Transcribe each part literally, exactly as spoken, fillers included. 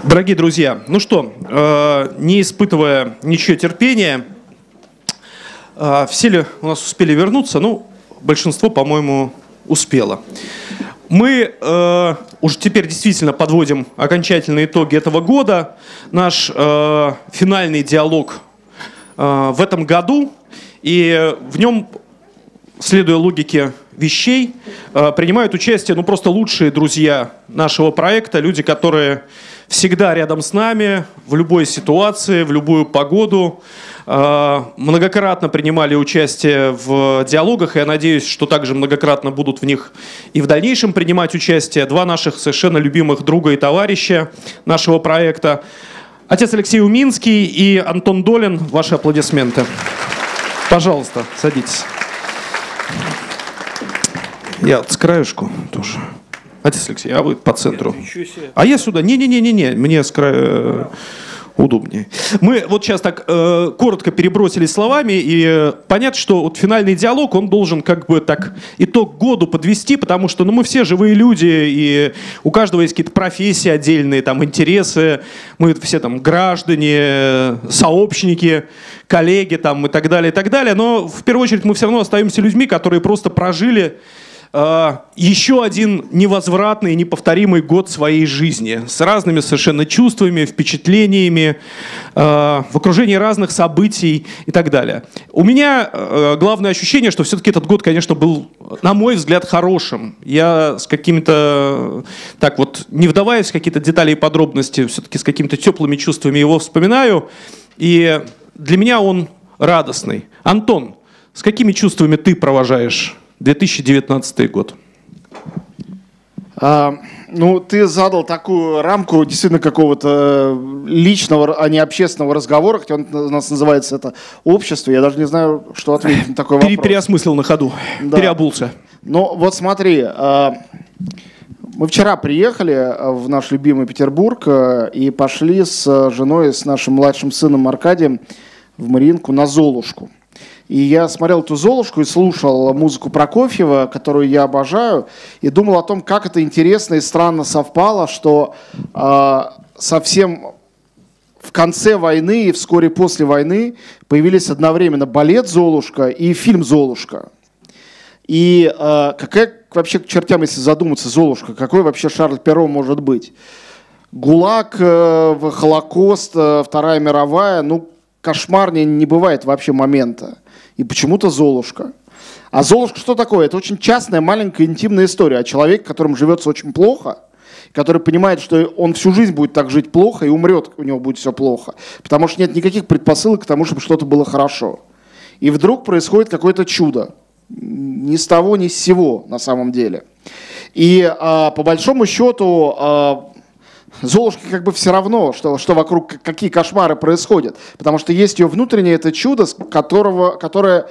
Дорогие друзья, ну что, э, не испытывая ничего терпения, э, все ли у нас успели вернуться? Ну, большинство, по-моему, успело. Мы э, уже теперь действительно подводим окончательные итоги этого года. Наш э, финальный диалог э, в этом году, и в нем, следуя логике вещей, э, принимают участие ну, просто лучшие друзья нашего проекта, люди, которые всегда рядом с нами, в любой ситуации, в любую погоду, э, многократно принимали участие в диалогах, и я надеюсь, что также многократно будут в них и в дальнейшем принимать участие. Два наших совершенно любимых друга и товарища нашего проекта. Отец Алексей Уминский и Антон Долин. Ваши аплодисменты. Пожалуйста, садитесь. Я вот с краешку тоже. Отец Алексей, а вы по центру. А я сюда. Не-не-не-не-не, мне с края удобнее. Мы вот сейчас так э, коротко перебросились словами, и э, понятно, что вот финальный диалог, он должен как бы так итог году подвести, потому что ну, мы все живые люди, и у каждого есть какие-то профессии отдельные, там, интересы, мы все там граждане, сообщники, коллеги там, и так далее, и так далее. Но в первую очередь мы все равно остаемся людьми, которые просто прожили еще один невозвратный, неповторимый год своей жизни с разными совершенно чувствами, впечатлениями, в окружении разных событий и так далее. У меня главное ощущение, что все-таки этот год, конечно, был, на мой взгляд, хорошим. Я с какими-то, так вот, не вдаваясь в какие-то детали и подробности, все-таки с какими-то теплыми чувствами его вспоминаю. И для меня он радостный. Антон, с какими чувствами ты провожаешь две тысячи девятнадцатый год? А, ну, ты задал такую рамку действительно какого-то личного, а не общественного разговора, хотя он, у нас называется это общество. Я даже не знаю, что ответить на такой вопрос. Переосмыслил на ходу, да. Переобулся. Ну, вот смотри, а, мы вчера приехали в наш любимый Петербург и пошли с женой, с нашим младшим сыном Аркадием в Мариинку на Золушку. И я смотрел эту «Золушку» и слушал музыку Прокофьева, которую я обожаю, и думал о том, как это интересно и странно совпало, что э, совсем в конце войны и вскоре после войны появились одновременно балет «Золушка» и фильм «Золушка». И э, какая вообще к чертям, если задуматься, «Золушка», какой вообще Шарль Перро может быть? ГУЛАГ, э, Холокост, э, Вторая мировая, ну, кошмарнее не бывает вообще момента. И почему-то «Золушка». А «Золушка» что такое? Это очень частная, маленькая, интимная история о человеке, которому живется очень плохо, который понимает, что он всю жизнь будет так жить плохо и умрет, у него будет все плохо. Потому что нет никаких предпосылок к тому, чтобы что-то было хорошо. И вдруг происходит какое-то чудо. Ни с того, ни с сего на самом деле. И а, по большому счету... А, Золушке как бы все равно, что, что вокруг, какие кошмары происходят. Потому что есть ее внутреннее это чудо, которого, которое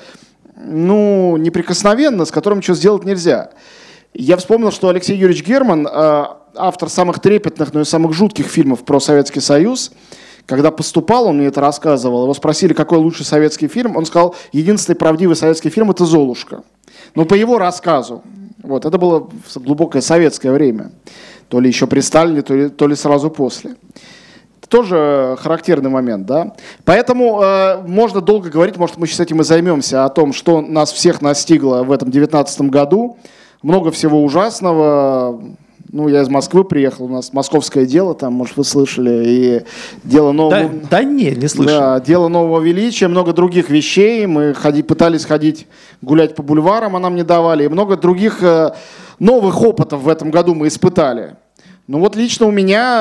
ну, неприкосновенно, с которым ничего сделать нельзя. Я вспомнил, что Алексей Юрьевич Герман, автор самых трепетных, но и самых жутких фильмов про Советский Союз, когда поступал, он мне это рассказывал, его спросили, какой лучший советский фильм, он сказал, единственный правдивый советский фильм – это «Золушка». Но по его рассказу. Вот, это было в глубокое советское время. То ли еще при Сталине, то ли, то ли сразу после. Это тоже характерный момент, да? Поэтому э, можно долго говорить, может, мы сейчас этим и займемся, о том, что нас всех настигло в этом девятнадцатом году. Много всего ужасного. Ну, я из Москвы приехал, у нас московское дело, там, может, вы слышали, и дело нового... Да, да не, не слышал. Да, дело нового величия, много других вещей. Мы ходи, пытались ходить, гулять по бульварам, а нам не давали. И много других э, новых опытов в этом году мы испытали. Ну вот лично у меня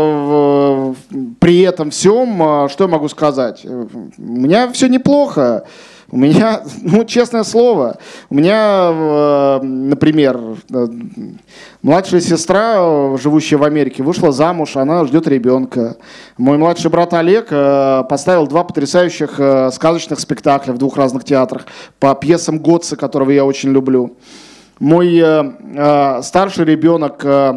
э, при этом всем, э, что я могу сказать? У меня все неплохо. У меня, ну, честное слово, у меня, э, например, э, младшая сестра, живущая в Америке, вышла замуж, она ждет ребенка. Мой младший брат Олег э, поставил два потрясающих э, сказочных спектакля в двух разных театрах по пьесам Готца, которого я очень люблю. Мой э, э, старший ребенок... Э,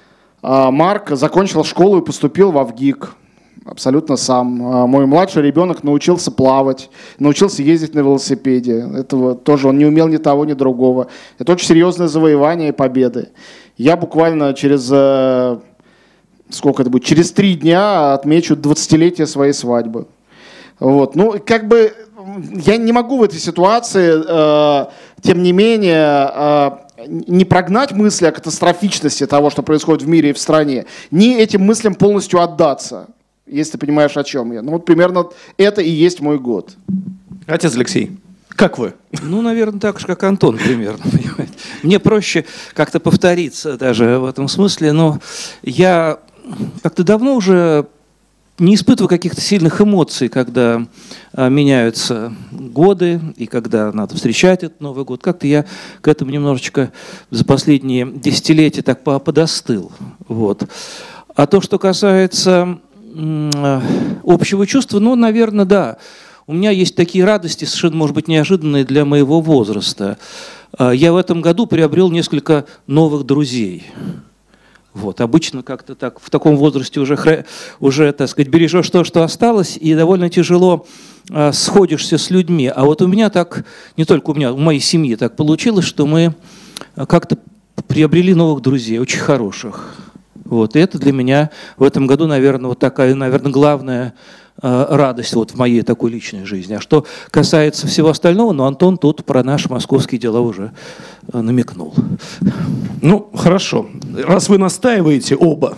Марк закончил школу и поступил в АВГИК. Абсолютно сам. Мой младший ребенок научился плавать, научился ездить на велосипеде. Этого тоже он не умел ни того, ни другого. Это очень серьезное завоевание и победы. Я буквально через сколько это будет, через три дня отмечу двадцатилетие своей свадьбы. Вот. Ну, как бы я не могу в этой ситуации, э, тем не менее, э, не прогнать мысли о катастрофичности того, что происходит в мире и в стране, ни этим мыслям полностью отдаться, если ты понимаешь, о чем я. Ну, вот примерно это и есть мой год. Отец Алексей, как вы? Ну, наверное, так же, как Антон примерно. Понимаете? Мне проще как-то повториться даже в этом смысле, но я как-то давно уже не испытываю каких-то сильных эмоций, когда а, меняются годы и когда надо встречать этот Новый год. Как-то я к этому немножечко за последние десятилетия так подостыл. Вот. А то, что касается м- общего чувства, ну, наверное, да. У меня есть такие радости, совершенно, может быть, неожиданные для моего возраста. А, я в этом году приобрел несколько новых друзей. Вот. Обычно как-то так в таком возрасте уже, уже, так сказать, бережешь то, что осталось, и довольно тяжело э, сходишься с людьми. А вот у меня так, не только у меня, у моей семьи так получилось, что мы как-то приобрели новых друзей, очень хороших. Вот. И это для меня в этом году, наверное, вот такая, наверное, главная э, радость вот в моей такой личной жизни. А что касается всего остального, ну, Антон тут про наши московские дела уже э, намекнул. Ну, хорошо. Раз вы настаиваете оба,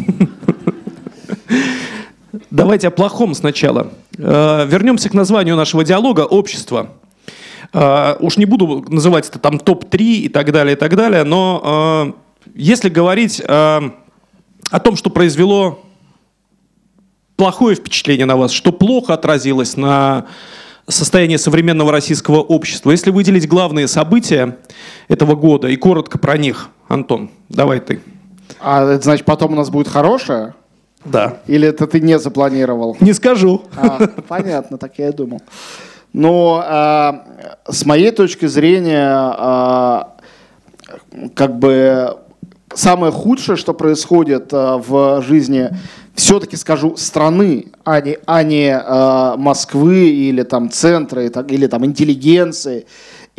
давайте о плохом сначала. Вернемся к названию нашего диалога «Общество». Уж не буду называть это там топ три и так далее, и так далее, но если говорить о том, что произвело плохое впечатление на вас, что плохо отразилось на состояние современного российского общества, если выделить главные события этого года и коротко про них, Антон, давай ты. А это значит, потом у нас будет хорошее? Да. Или это ты не запланировал? Не скажу. А, понятно, так я и думал. Но а, с моей точки зрения, а, как бы самое худшее, что происходит а, в жизни, все-таки скажу, страны, а не, а не а, Москвы или там центра, или там интеллигенции,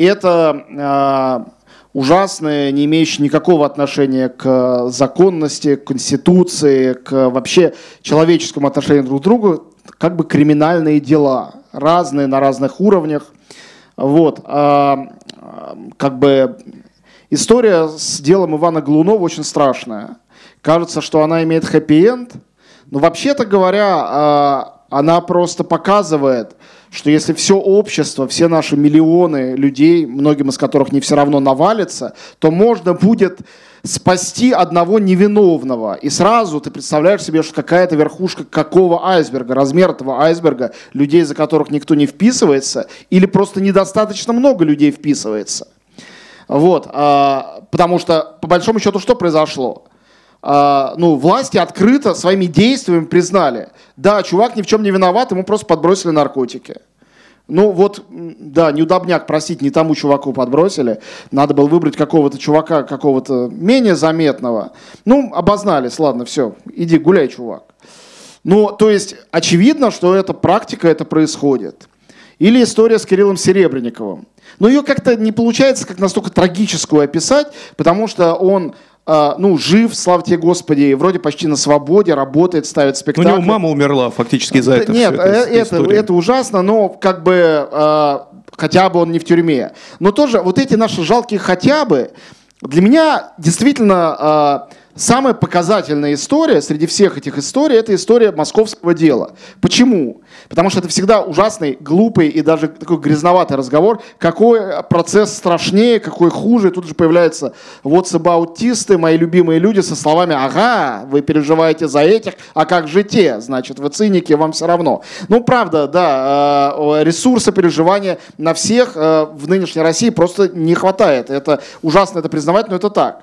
это а, ужасное, не имеющее никакого отношения к законности, к конституции, к вообще человеческому отношению друг к другу, как бы криминальные дела, разные на разных уровнях. Вот. А, как бы история с делом Ивана Голунова очень страшная. Кажется, что она имеет хэппи-энд, но вообще-то говоря, она просто показывает, что если все общество, все наши миллионы людей, многим из которых не все равно навалится, то можно будет спасти одного невиновного. И сразу ты представляешь себе, что какая-то верхушка какого айсберга, размер этого айсберга, людей, за которых никто не вписывается, или просто недостаточно много людей вписывается. Вот. Потому что, по большому счету, что произошло? Uh, ну, власти открыто своими действиями признали, да, чувак ни в чем не виноват, ему просто подбросили наркотики. Ну вот, да, неудобняк, простите, не тому чуваку подбросили, надо было выбрать какого-то чувака, какого-то менее заметного. Ну, обознались, ладно, все, иди гуляй, чувак. Ну, то есть, очевидно, что эта практика, это происходит. Или история с Кириллом Серебренниковым. Но ее как-то не получается как настолько трагическую описать, потому что он ну, жив, слава тебе Господи, и вроде почти на свободе, работает, ставит спектакли. У него мама умерла фактически из-за этого. Нет, это, это, это ужасно, но как бы э, хотя бы он не в тюрьме. Но тоже вот эти наши жалкие хотя бы, для меня действительно э, самая показательная история среди всех этих историй, это история московского дела. Почему? Потому что это всегда ужасный, глупый и даже такой грязноватый разговор, какой процесс страшнее, какой хуже. И тут же появляются вотсабаутисты, мои любимые люди, со словами: ага, вы переживаете за этих, а как же те? Значит, вы циники, вам все равно. Ну, правда, да, ресурса переживания на всех в нынешней России просто не хватает. Это ужасно это признавать, но это так.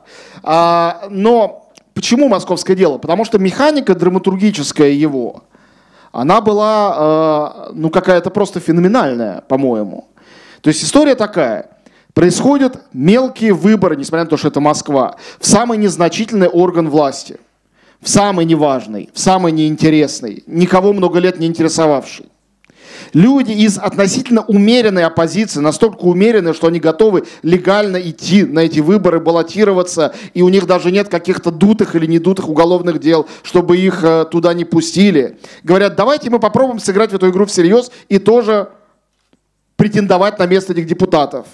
Но почему московское дело? Потому что механика драматургическая его, она была, э, ну, какая-то просто феноменальная, по-моему. То есть история такая. Происходят мелкие выборы, несмотря на то, что это Москва, в самый незначительный орган власти, в самый неважный, в самый неинтересный, никого много лет не интересовавший. Люди из относительно умеренной оппозиции, настолько умеренные, что они готовы легально идти на эти выборы, баллотироваться, и у них даже нет каких-то дутых или недутых уголовных дел, чтобы их э, туда не пустили. Говорят, давайте мы попробуем сыграть в эту игру всерьез и тоже претендовать на место этих депутатов.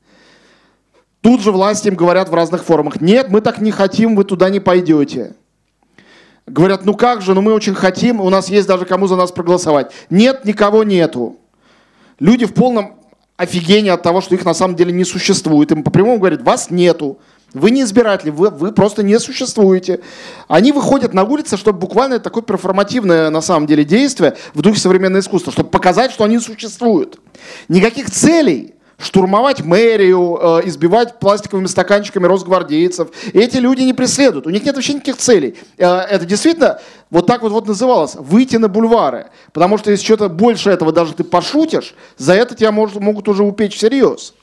Тут же власти им говорят в разных формах: нет, мы так не хотим, вы туда не пойдете. Говорят, ну как же, ну мы очень хотим, у нас есть даже кому за нас проголосовать. Нет, никого нету. Люди в полном офигении от того, что их на самом деле не существует. Им по-прямому говорят, вас нету, вы не избиратели, вы, вы просто не существуете. Они выходят на улицы, чтобы буквально это такое перформативное на самом деле действие в духе современного искусства, чтобы показать, что они существуют. Никаких целей штурмовать мэрию, э, избивать пластиковыми стаканчиками росгвардейцев эти люди не преследуют. У них нет вообще никаких целей. Э, это действительно вот так вот, вот называлось: выйти на бульвары. Потому что если что-то больше этого даже ты пошутишь, за это тебя может, могут уже упечь всерьез.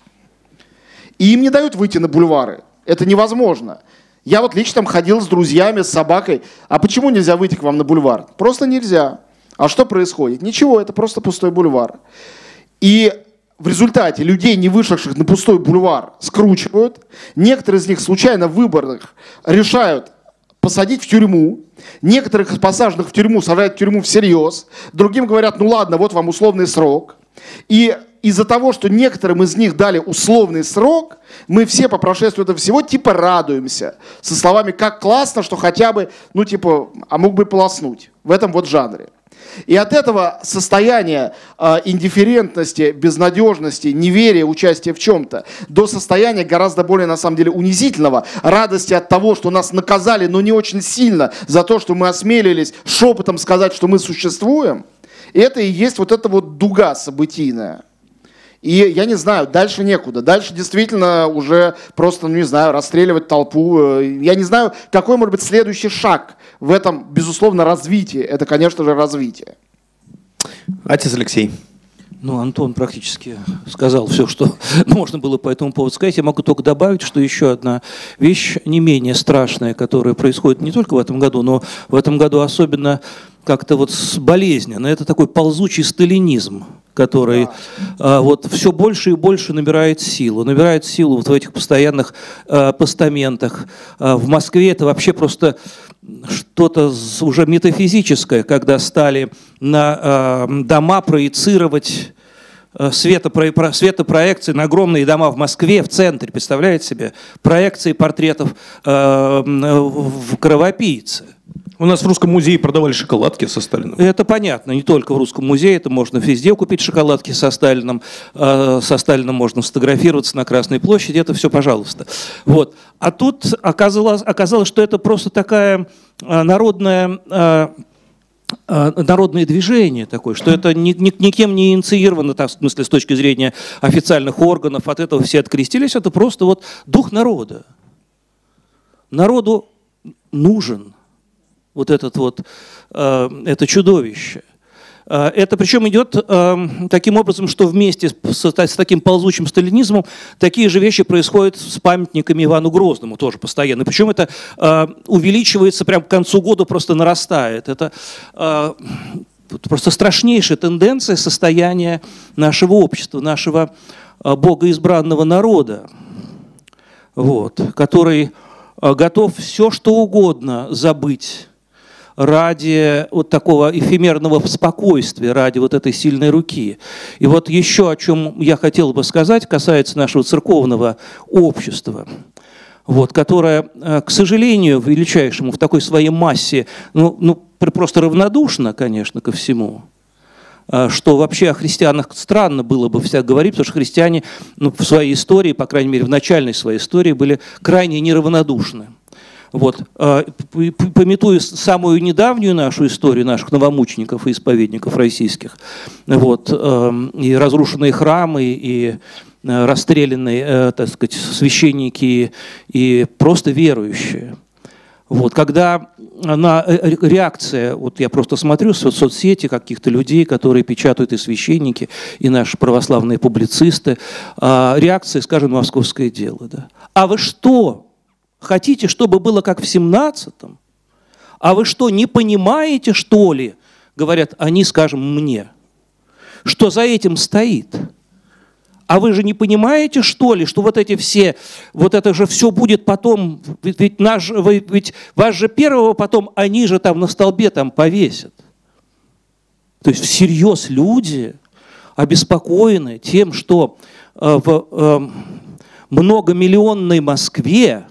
И им не дают выйти на бульвары. Это невозможно. Я вот лично там ходил с друзьями, с собакой. А почему нельзя выйти к вам на бульвар? Просто нельзя. А что происходит? Ничего, это просто пустой бульвар. И в результате людей, не вышедших на пустой бульвар, скручивают. Некоторые из них случайно выборных решают посадить в тюрьму. Некоторых из посаженных в тюрьму сажают в тюрьму всерьез. Другим говорят, ну ладно, вот вам условный срок. И из-за того, что некоторым из них дали условный срок, мы все по прошествию этого всего типа радуемся. Со словами, как классно, что хотя бы, ну типа, а мог бы полоснуть. В этом вот жанре. И от этого состояния э, индифферентности, безнадежности, неверия, участия в чем-то, до состояния гораздо более, на самом деле, унизительного, радости от того, что нас наказали, но не очень сильно, за то, что мы осмелились шепотом сказать, что мы существуем, это и есть вот эта вот дуга событийная. И я не знаю, дальше некуда. Дальше действительно уже просто, ну не знаю, расстреливать толпу. Я не знаю, какой может быть следующий шаг в этом, безусловно, развитии. Это, конечно же, развитие. Отец Алексей. Ну, Антон практически сказал все, что можно было по этому поводу сказать. Я могу только добавить, что еще одна вещь не менее страшная, которая происходит не только в этом году, но в этом году особенно как-то вот болезненно. Это такой ползучий сталинизм, который да. а, вот все больше и больше набирает силу. Набирает силу вот в этих постоянных а, постаментах. А, в Москве это вообще просто что-то уже метафизическое, когда стали на а, дома проецировать светопро... светопроекции на огромные дома в Москве, в центре, представляете себе, проекции портретов а, в кровопийце. У нас в Русском музее продавали шоколадки со Сталиным. Это понятно, не только в Русском музее, это можно везде купить шоколадки со Сталиным. Со Сталиным можно сфотографироваться на Красной площади, это все пожалуйста. Вот. А тут оказалось, оказалось, что это просто такая народная... народное движение такое, что это ни, ни, никем не инициировано, так, в смысле, с точки зрения официальных органов, от этого все открестились, это просто вот дух народа. Народу нужен вот этот вот, э, это чудовище. Э, это причем идет э, таким образом, что вместе с, с таким ползучим сталинизмом такие же вещи происходят с памятниками Ивану Грозному тоже постоянно. Причем это э, увеличивается прямо к концу года, просто нарастает. Это э, просто страшнейшая тенденция состояния нашего общества, нашего э, богоизбранного народа, вот, который э, готов все что угодно забыть ради вот такого эфемерного спокойствия, ради вот этой сильной руки. И вот еще о чем я хотел бы сказать, касается нашего церковного общества, вот, которое, к сожалению, величайшему в такой своей массе, ну, ну, просто равнодушно, конечно, ко всему, что вообще о христианах странно было бы всяк говорить, потому что христиане, ну, в своей истории, по крайней мере, в начальной своей истории, были крайне неравнодушны. Вот. Памятуя самую недавнюю нашу историю наших новомучеников и исповедников российских, вот, и разрушенные храмы, и расстрелянные, так сказать, священники, и просто верующие. Вот. Когда на реакция, вот я просто смотрю в соцсети каких-то людей, которые печатают и священники, и наши православные публицисты, реакция, скажем, «Московское дело». Да? А вы что? Хотите, чтобы было как в семнадцатом? А вы что, не понимаете, что ли? Говорят они, скажем, мне. что за этим стоит. А вы же не понимаете, что ли, что вот эти все, вот это же все будет потом, ведь, ведь, наш, ведь вас же первого потом они же там на столбе там повесят. То есть всерьез люди обеспокоены тем, что э, в э, многомиллионной Москве,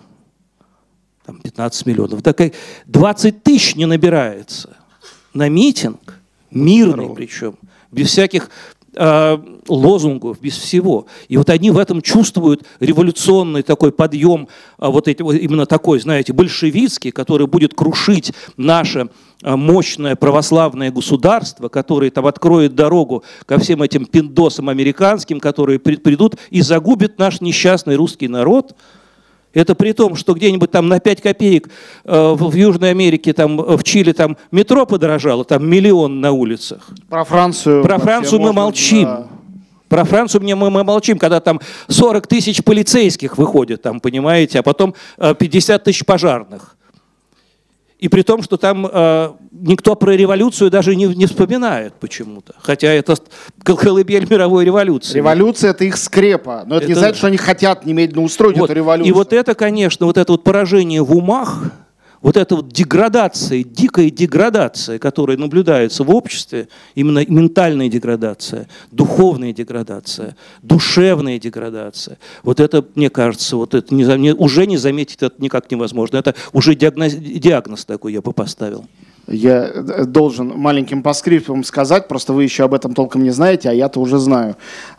там пятнадцать миллионов, такая двадцать тысяч не набирается на митинг, мирный причем, без всяких э, лозунгов, без всего. И вот они в этом чувствуют революционный такой подъем, э, вот эти, вот именно такой, знаете, большевистский, который будет крушить наше э, мощное православное государство, которое там откроет дорогу ко всем этим пиндосам американским, которые при, придут и загубят наш несчастный русский народ. Это при том, что где-нибудь там на пять копеек э, в Южной Америке, там, в Чили там метро подорожало, там миллион на улицах. Про Францию. Про Францию мы можно, молчим. Да. Про Францию мне мы, мы молчим, когда там сорок тысяч полицейских выходит, там, понимаете, а потом э, пятьдесят тысяч пожарных. И при том, что там э, никто про революцию даже не, не вспоминает почему-то. Хотя это колыбель мировой революции. Революция – это их скрепа. Но это, это не значит, что они хотят немедленно устроить вот. эту революцию. И вот это, конечно, вот это вот поражение в умах, вот эта вот деградация, дикая деградация, которая наблюдается в обществе, именно ментальная деградация, духовная деградация, душевная деградация, вот это, мне кажется, вот это не, уже не заметить это никак невозможно. Это уже диагноз, диагноз такой я бы поставил. Я должен маленьким постскриптум сказать, просто вы еще об этом толком не знаете, а я-то уже знаю.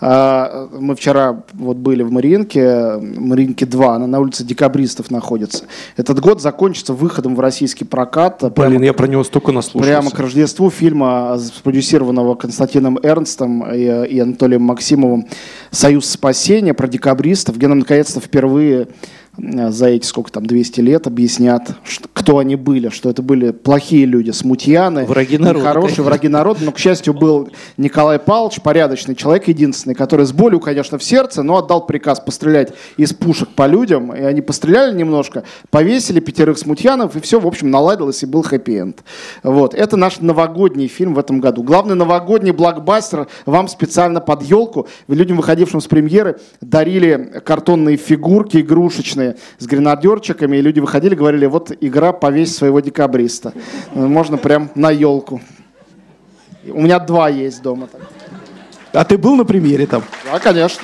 Мы вчера вот были в Мариинке, Мариинке два, она на улице Декабристов находится. Этот год закончится выходом в российский прокат. Блин, прямо, я про него столько наслушался. Прямо к Рождеству фильма, спродюсированного Константином Эрнстом и, и Анатолием Максимовым «Союз спасения», про декабристов, где нам наконец-то впервые за эти, сколько там, двести лет объяснят, что, кто они были, что это были плохие люди, смутьяны, враги народа, хорошие, конечно. Враги народа, но, к счастью, был Николай Павлович, порядочный человек, единственный, который с болью, конечно, в сердце, но отдал приказ пострелять из пушек по людям, и они постреляли немножко, повесили пятерых смутьянов, и все, в общем, наладилось, и был хэппи-энд. Вот. Это наш новогодний фильм в этом году. Главный новогодний блокбастер вам специально под елку. Людям, выходившим с премьеры, дарили картонные фигурки игрушечные, с гренадерчиками, и люди выходили, говорили, вот игра «Повесь своего декабриста». Можно прям на елку. У меня два есть дома. А ты был на премьере там? Да, конечно.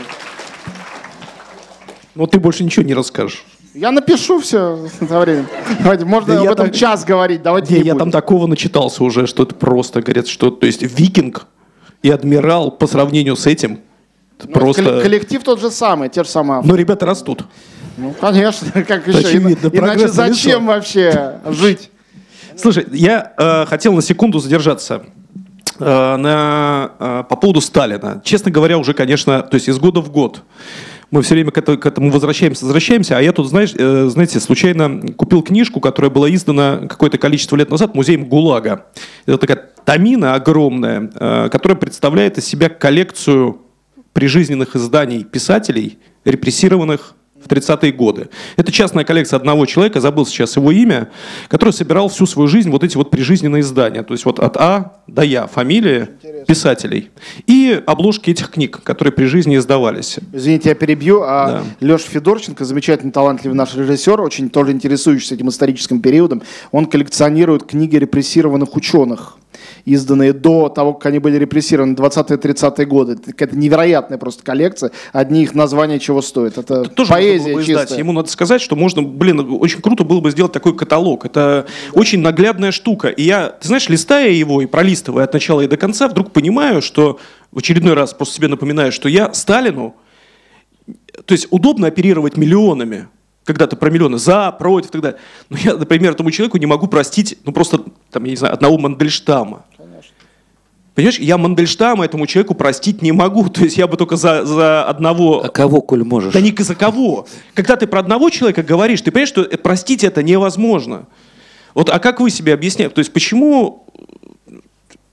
Но ты больше ничего не расскажешь. Я напишу все это время. Можно да об этом так... час говорить, давайте не, не Я будем. там такого начитался уже, что это просто, говорят, что, то есть викинг и адмирал по сравнению с этим, просто... Коллектив тот же самый, те же самые. Но ребята растут. Ну, конечно, как еще? Очевидно, иначе зачем вообще жить? Слушай, я э, хотел на секунду задержаться э, на, э, по поводу Сталина. Честно говоря, уже, конечно, то есть из года в год мы все время к, это, к этому возвращаемся, возвращаемся, а я тут, знаешь, э, знаете, случайно купил книжку, которая была издана какое-то количество лет назад музеем ГУЛАГа. Это такая томина огромная, э, которая представляет из себя коллекцию прижизненных изданий писателей, репрессированных в тридцатые годы. Это частная коллекция одного человека, забыл сейчас его имя, который собирал всю свою жизнь вот эти вот прижизненные издания. То есть вот от А до Я, фамилии писателей. И обложки этих книг, которые при жизни издавались. Извините, я перебью. А да. Леша Федорченко, замечательный, талантливый наш режиссер, очень тоже интересующийся этим историческим периодом, он коллекционирует книги репрессированных ученых, изданные до того, как они были репрессированы, двадцатые-тридцатые годы. Это какая-то невероятная просто коллекция. Одни их названия чего стоят. Это, это тоже поэзия чистая. Ему надо сказать, что можно, блин, очень круто было бы сделать такой каталог. Это да. очень наглядная штука. И я, ты знаешь, листая его и пролистывая от начала и до конца, вдруг понимаю, что в очередной раз просто себе напоминаю, что я Сталину, то есть удобно оперировать миллионами, когда ты про миллионы за, против и так далее. Но я, например, этому человеку не могу простить, ну просто, там, я не знаю, одного Мандельштама. Конечно. Понимаешь, я Мандельштама этому человеку простить не могу. То есть я бы только за, за одного... А кого, коль можешь? Да не за кого. Когда ты про одного человека говоришь, ты понимаешь, что простить это невозможно. Вот, а как вы себе объясняете? То есть почему...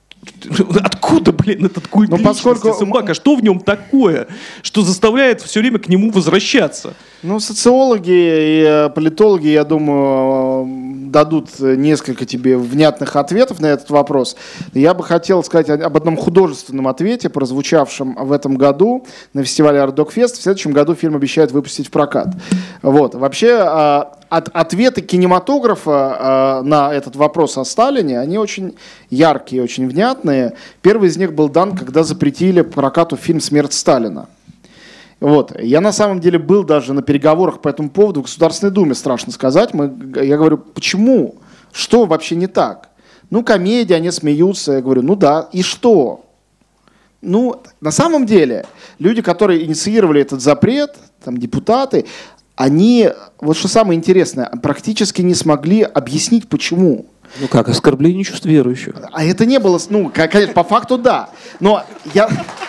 Откуда, блин, этот культ ну, личности поскольку... Собака? Что в нем такое, что заставляет все время к нему возвращаться? Ну, социологи и политологи, я думаю, дадут несколько тебе внятных ответов на этот вопрос. Я бы хотел сказать об одном художественном ответе, прозвучавшем в этом году на фестивале Артдогфест. В следующем году фильм обещают выпустить в прокат. Вот. Вообще, от, ответы кинематографа на этот вопрос о Сталине, они очень яркие, очень внятные. Первый из них был дан, когда запретили прокату фильм «Смерть Сталина». Вот. Я на самом деле был даже на переговорах по этому поводу в Государственной Думе, страшно сказать. Мы, я говорю, почему? Что вообще не так? Ну, комедия, они смеются. Я говорю, ну да, и что? Ну, на самом деле, люди, которые инициировали этот запрет, там, депутаты, они, вот что самое интересное, практически не смогли объяснить, почему. Ну как, оскорбление чувств верующих. А это не было, ну, конечно, по факту да. Но я...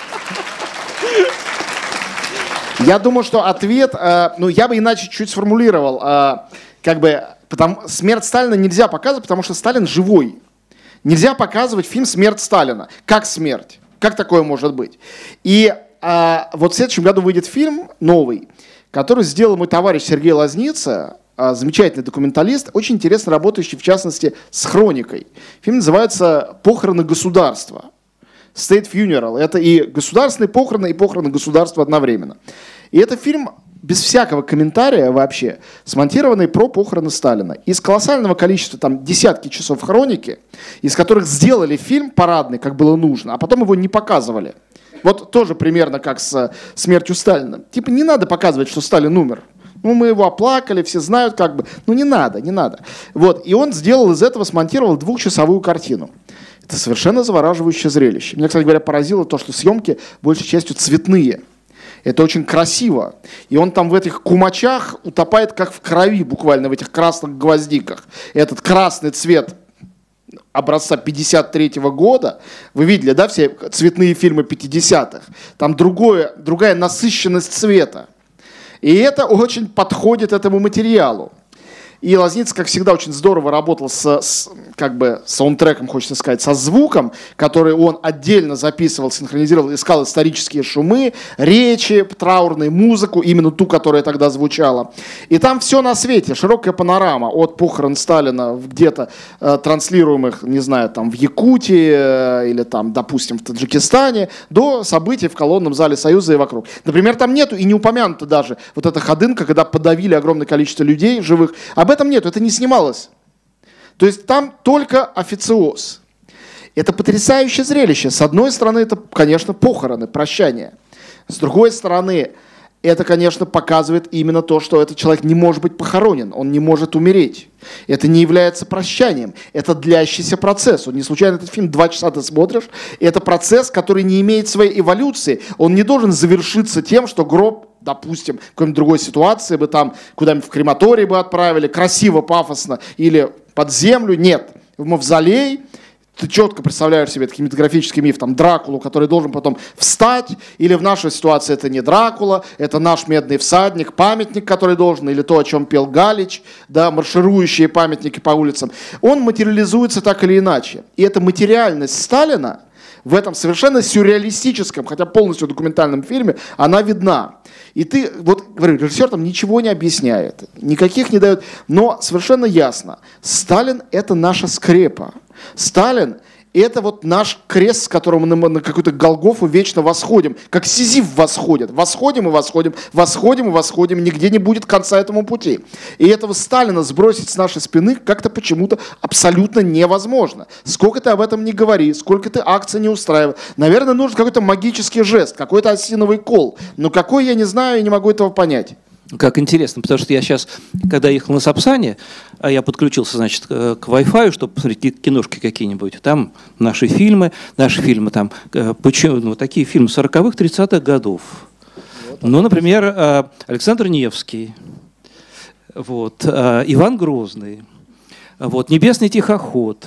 Я думаю, что ответ, э, ну, я бы иначе чуть сформулировал, э, как бы, потому, смерть Сталина нельзя показывать, потому что Сталин живой. Нельзя показывать фильм «Смерть Сталина». Как смерть? Как такое может быть? И э, вот в следующем году выйдет фильм новый, который сделал мой товарищ Сергей Лазница, э, замечательный документалист, очень интересно работающий, в частности, с хроникой. Фильм называется «Похороны государства». State Funeral. Это и государственные похороны, и похороны государства одновременно. И это фильм без всякого комментария вообще, смонтированный про похороны Сталина. Из колоссального количества, там, десятки часов хроники, из которых сделали фильм парадный, как было нужно, а потом его не показывали. Вот тоже примерно как с смертью Сталина. Типа не надо показывать, что Сталин умер. Ну, мы его оплакали, все знают как бы. Ну, не надо, не надо. Вот. И он сделал из этого, смонтировал двухчасовую картину. Это совершенно завораживающее зрелище. Меня, кстати говоря, поразило то, что съемки большей частью цветные. Это очень красиво. И он там в этих кумачах утопает как в крови, буквально в этих красных гвоздиках. Этот красный цвет образца пятьдесят третьего года. Вы видели, да, все цветные фильмы пятидесятых? Там другое, другая насыщенность цвета. И это очень подходит этому материалу. И Лазница, как всегда, очень здорово работал с, с как бы, саундтреком, хочется сказать, со звуком, который он отдельно записывал, синхронизировал, искал исторические шумы, речи, траурную музыку, именно ту, которая тогда звучала. И там все на свете, широкая панорама от похорон Сталина где-то э, транслируемых, не знаю, там в Якутии э, или там, допустим, в Таджикистане, до событий в колонном зале Союза и вокруг. Например, там нету и не упомянуто даже вот эта ходынка, когда подавили огромное количество людей живых. Об этом нет, это не снималось. То есть там только официоз. Это потрясающее зрелище. С одной стороны, это, конечно, похороны, прощание. С другой стороны, это, конечно, показывает именно то, что этот человек не может быть похоронен, он не может умереть. Это не является прощанием, это длящийся процесс. Он не случайно этот фильм два часа ты смотришь, и это процесс, который не имеет своей эволюции. Он не должен завершиться тем, что гроб, допустим, в какой-нибудь другой ситуации бы там куда-нибудь в крематорий бы отправили, красиво, пафосно, или под землю. Нет, в мавзолей. Ты четко представляешь себе этот кинематографический миф, там, Дракулу, который должен потом встать, или в нашей ситуации это не Дракула, это наш медный всадник, памятник, который должен, или то, о чем пел Галич, да, марширующие памятники по улицам. Он материализуется так или иначе. И эта материальность Сталина в этом совершенно сюрреалистическом, хотя полностью документальном фильме, она видна. И ты, вот, говорю, режиссер там ничего не объясняет, никаких не дает, но совершенно ясно, Сталин – это наша скрепа. Сталин – это вот наш крест, с которым мы на, на какую-то Голгофу вечно восходим, как Сизиф восходит. Восходим и восходим, восходим и восходим, нигде не будет конца этому пути. И этого Сталина сбросить с нашей спины как-то почему-то абсолютно невозможно. Сколько ты об этом не говори, сколько ты акций не устраивай. Наверное, нужен какой-то магический жест, какой-то осиновый кол. Но какой, я не знаю и не могу этого понять. Как интересно, потому что я сейчас, когда ехал на Сапсане, я подключился, значит, к Wi-Fi, чтобы посмотреть киношки какие-нибудь. Там наши фильмы, наши фильмы там, почему, ну, такие фильмы сороковых, тридцатых годов. Ну, например, Александр Невский, вот, Иван Грозный, вот, «Небесный тихоход».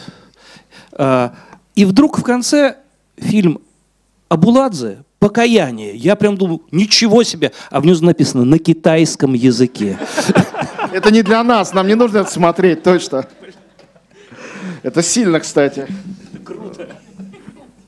И вдруг в конце фильм Абуладзе «Покаяние». Я прям думаю, ничего себе. А внизу написано на китайском языке. Это не для нас, нам не нужно это смотреть, точно. Это сильно, кстати. Это круто.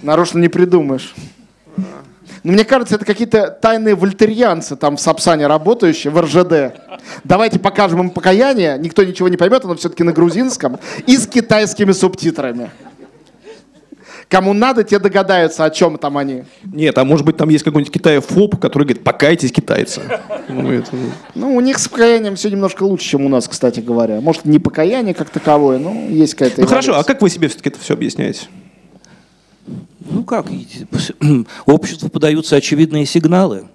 Нарочно не придумаешь. Но мне кажется, это какие-то тайные вольтерьянцы там в Сапсане работающие, в эр жэ дэ. Давайте покажем им покаяние, никто ничего не поймет, оно все-таки на грузинском и с китайскими субтитрами. Кому надо, те догадаются, о чем там они. Нет, а может быть там есть какой-нибудь китаефоб, который говорит, покайтесь, китайцы. Ну, это... ну, у них с покаянием все немножко лучше, чем у нас, кстати говоря. Может, не покаяние как таковое, но есть какая-то... Ну хорошо, а как вы себе все-таки это все объясняете? Ну как, обществу подаются очевидные сигналы.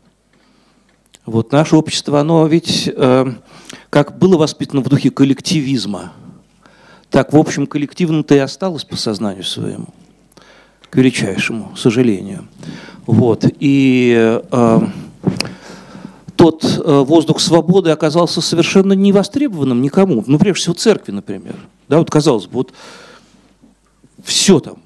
Вот наше общество, оно ведь э, как было воспитано в духе коллективизма, так в общем коллективном-то и осталось по сознанию своему, к величайшему сожалению. Вот. И э, тот э, воздух свободы оказался совершенно невостребованным никому. Ну, прежде всего, церкви, например. Да, вот казалось бы, вот все там.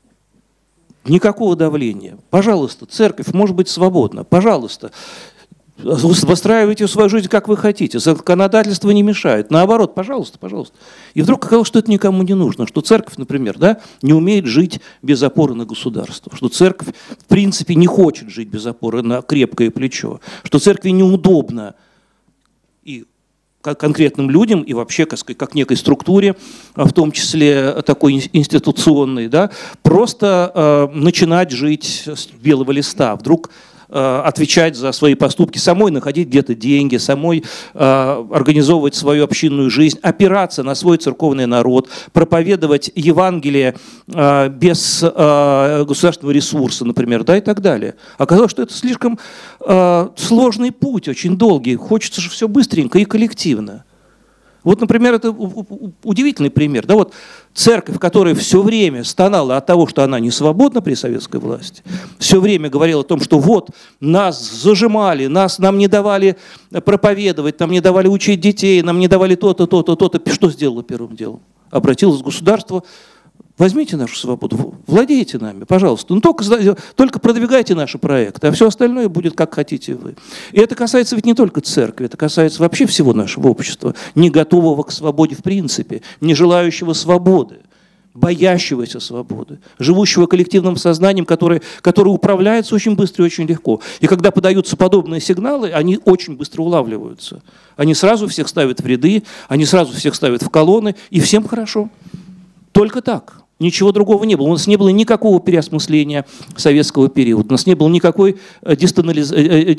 Никакого давления. Пожалуйста, церковь может быть свободна. Пожалуйста, выстраивайте свою жизнь, как вы хотите. Законодательство не мешает. Наоборот, пожалуйста, пожалуйста. И вдруг оказалось, что это никому не нужно. Что церковь, например, да, не умеет жить без опоры на государство. Что церковь, в принципе, не хочет жить без опоры на крепкое плечо. Что церкви неудобно и конкретным людям и вообще как, как некой структуре, в том числе такой институционной, да, просто э, начинать жить с белого листа, вдруг э, отвечать за свои поступки, самой находить где-то деньги, самой э, организовывать свою общинную жизнь, опираться на свой церковный народ, проповедовать Евангелие э, без э, государственного ресурса, например, да, и так далее. Оказалось, что это слишком э, сложный путь, очень долгий, хочется же все быстренько и коллективно. Вот, например, это удивительный пример. Да, вот церковь, которая все время стонала от того, что она не свободна при советской власти, все время говорила о том, что вот нас зажимали, нас, нам не давали проповедовать, нам не давали учить детей, нам не давали то-то, то-то, то-то. Что сделала первым делом? Обратилась к государству. Возьмите нашу свободу, владейте нами, пожалуйста. Но только, только продвигайте наши проекты, а все остальное будет как хотите вы. И это касается ведь не только церкви, это касается вообще всего нашего общества, не готового к свободе в принципе, не желающего свободы, боящегося свободы, живущего коллективным сознанием, которое, которое управляется очень быстро и очень легко. И когда подаются подобные сигналы, они очень быстро улавливаются. Они сразу всех ставят в ряды, они сразу всех ставят в колонны, и всем хорошо. Только так. Ничего другого не было. У нас не было никакого переосмысления советского периода. У нас не было никакой десталинизации.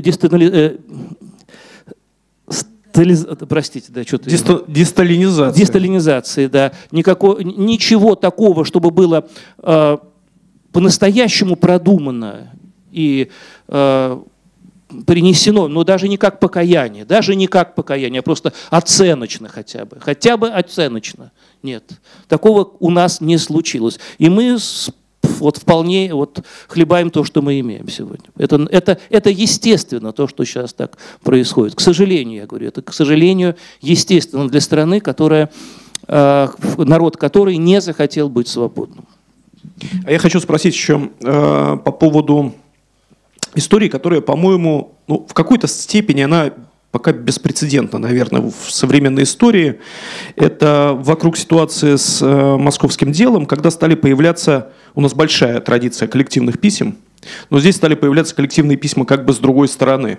Простите, да, что-то... Десталинизации. Десталинизации, да. Никакого, ничего такого, чтобы было э, по-настоящему продумано и э, принесено, но даже не как покаяние, даже не как покаяние, а просто оценочно хотя бы. Хотя бы оценочно. Нет, такого у нас не случилось. И мы вот вполне вот хлебаем то, что мы имеем сегодня. Это, это, это естественно, то, что сейчас так происходит. К сожалению, я говорю, это, к сожалению, естественно для страны, которая, э, народ которой не захотел быть свободным. А я хочу спросить еще э, по поводу истории, которая, по-моему, ну, в какой-то степени она... пока беспрецедентно, наверное, в современной истории. Это вокруг ситуации с э, московским делом, когда стали появляться, у нас большая традиция коллективных писем, но здесь стали появляться коллективные письма как бы с другой стороны.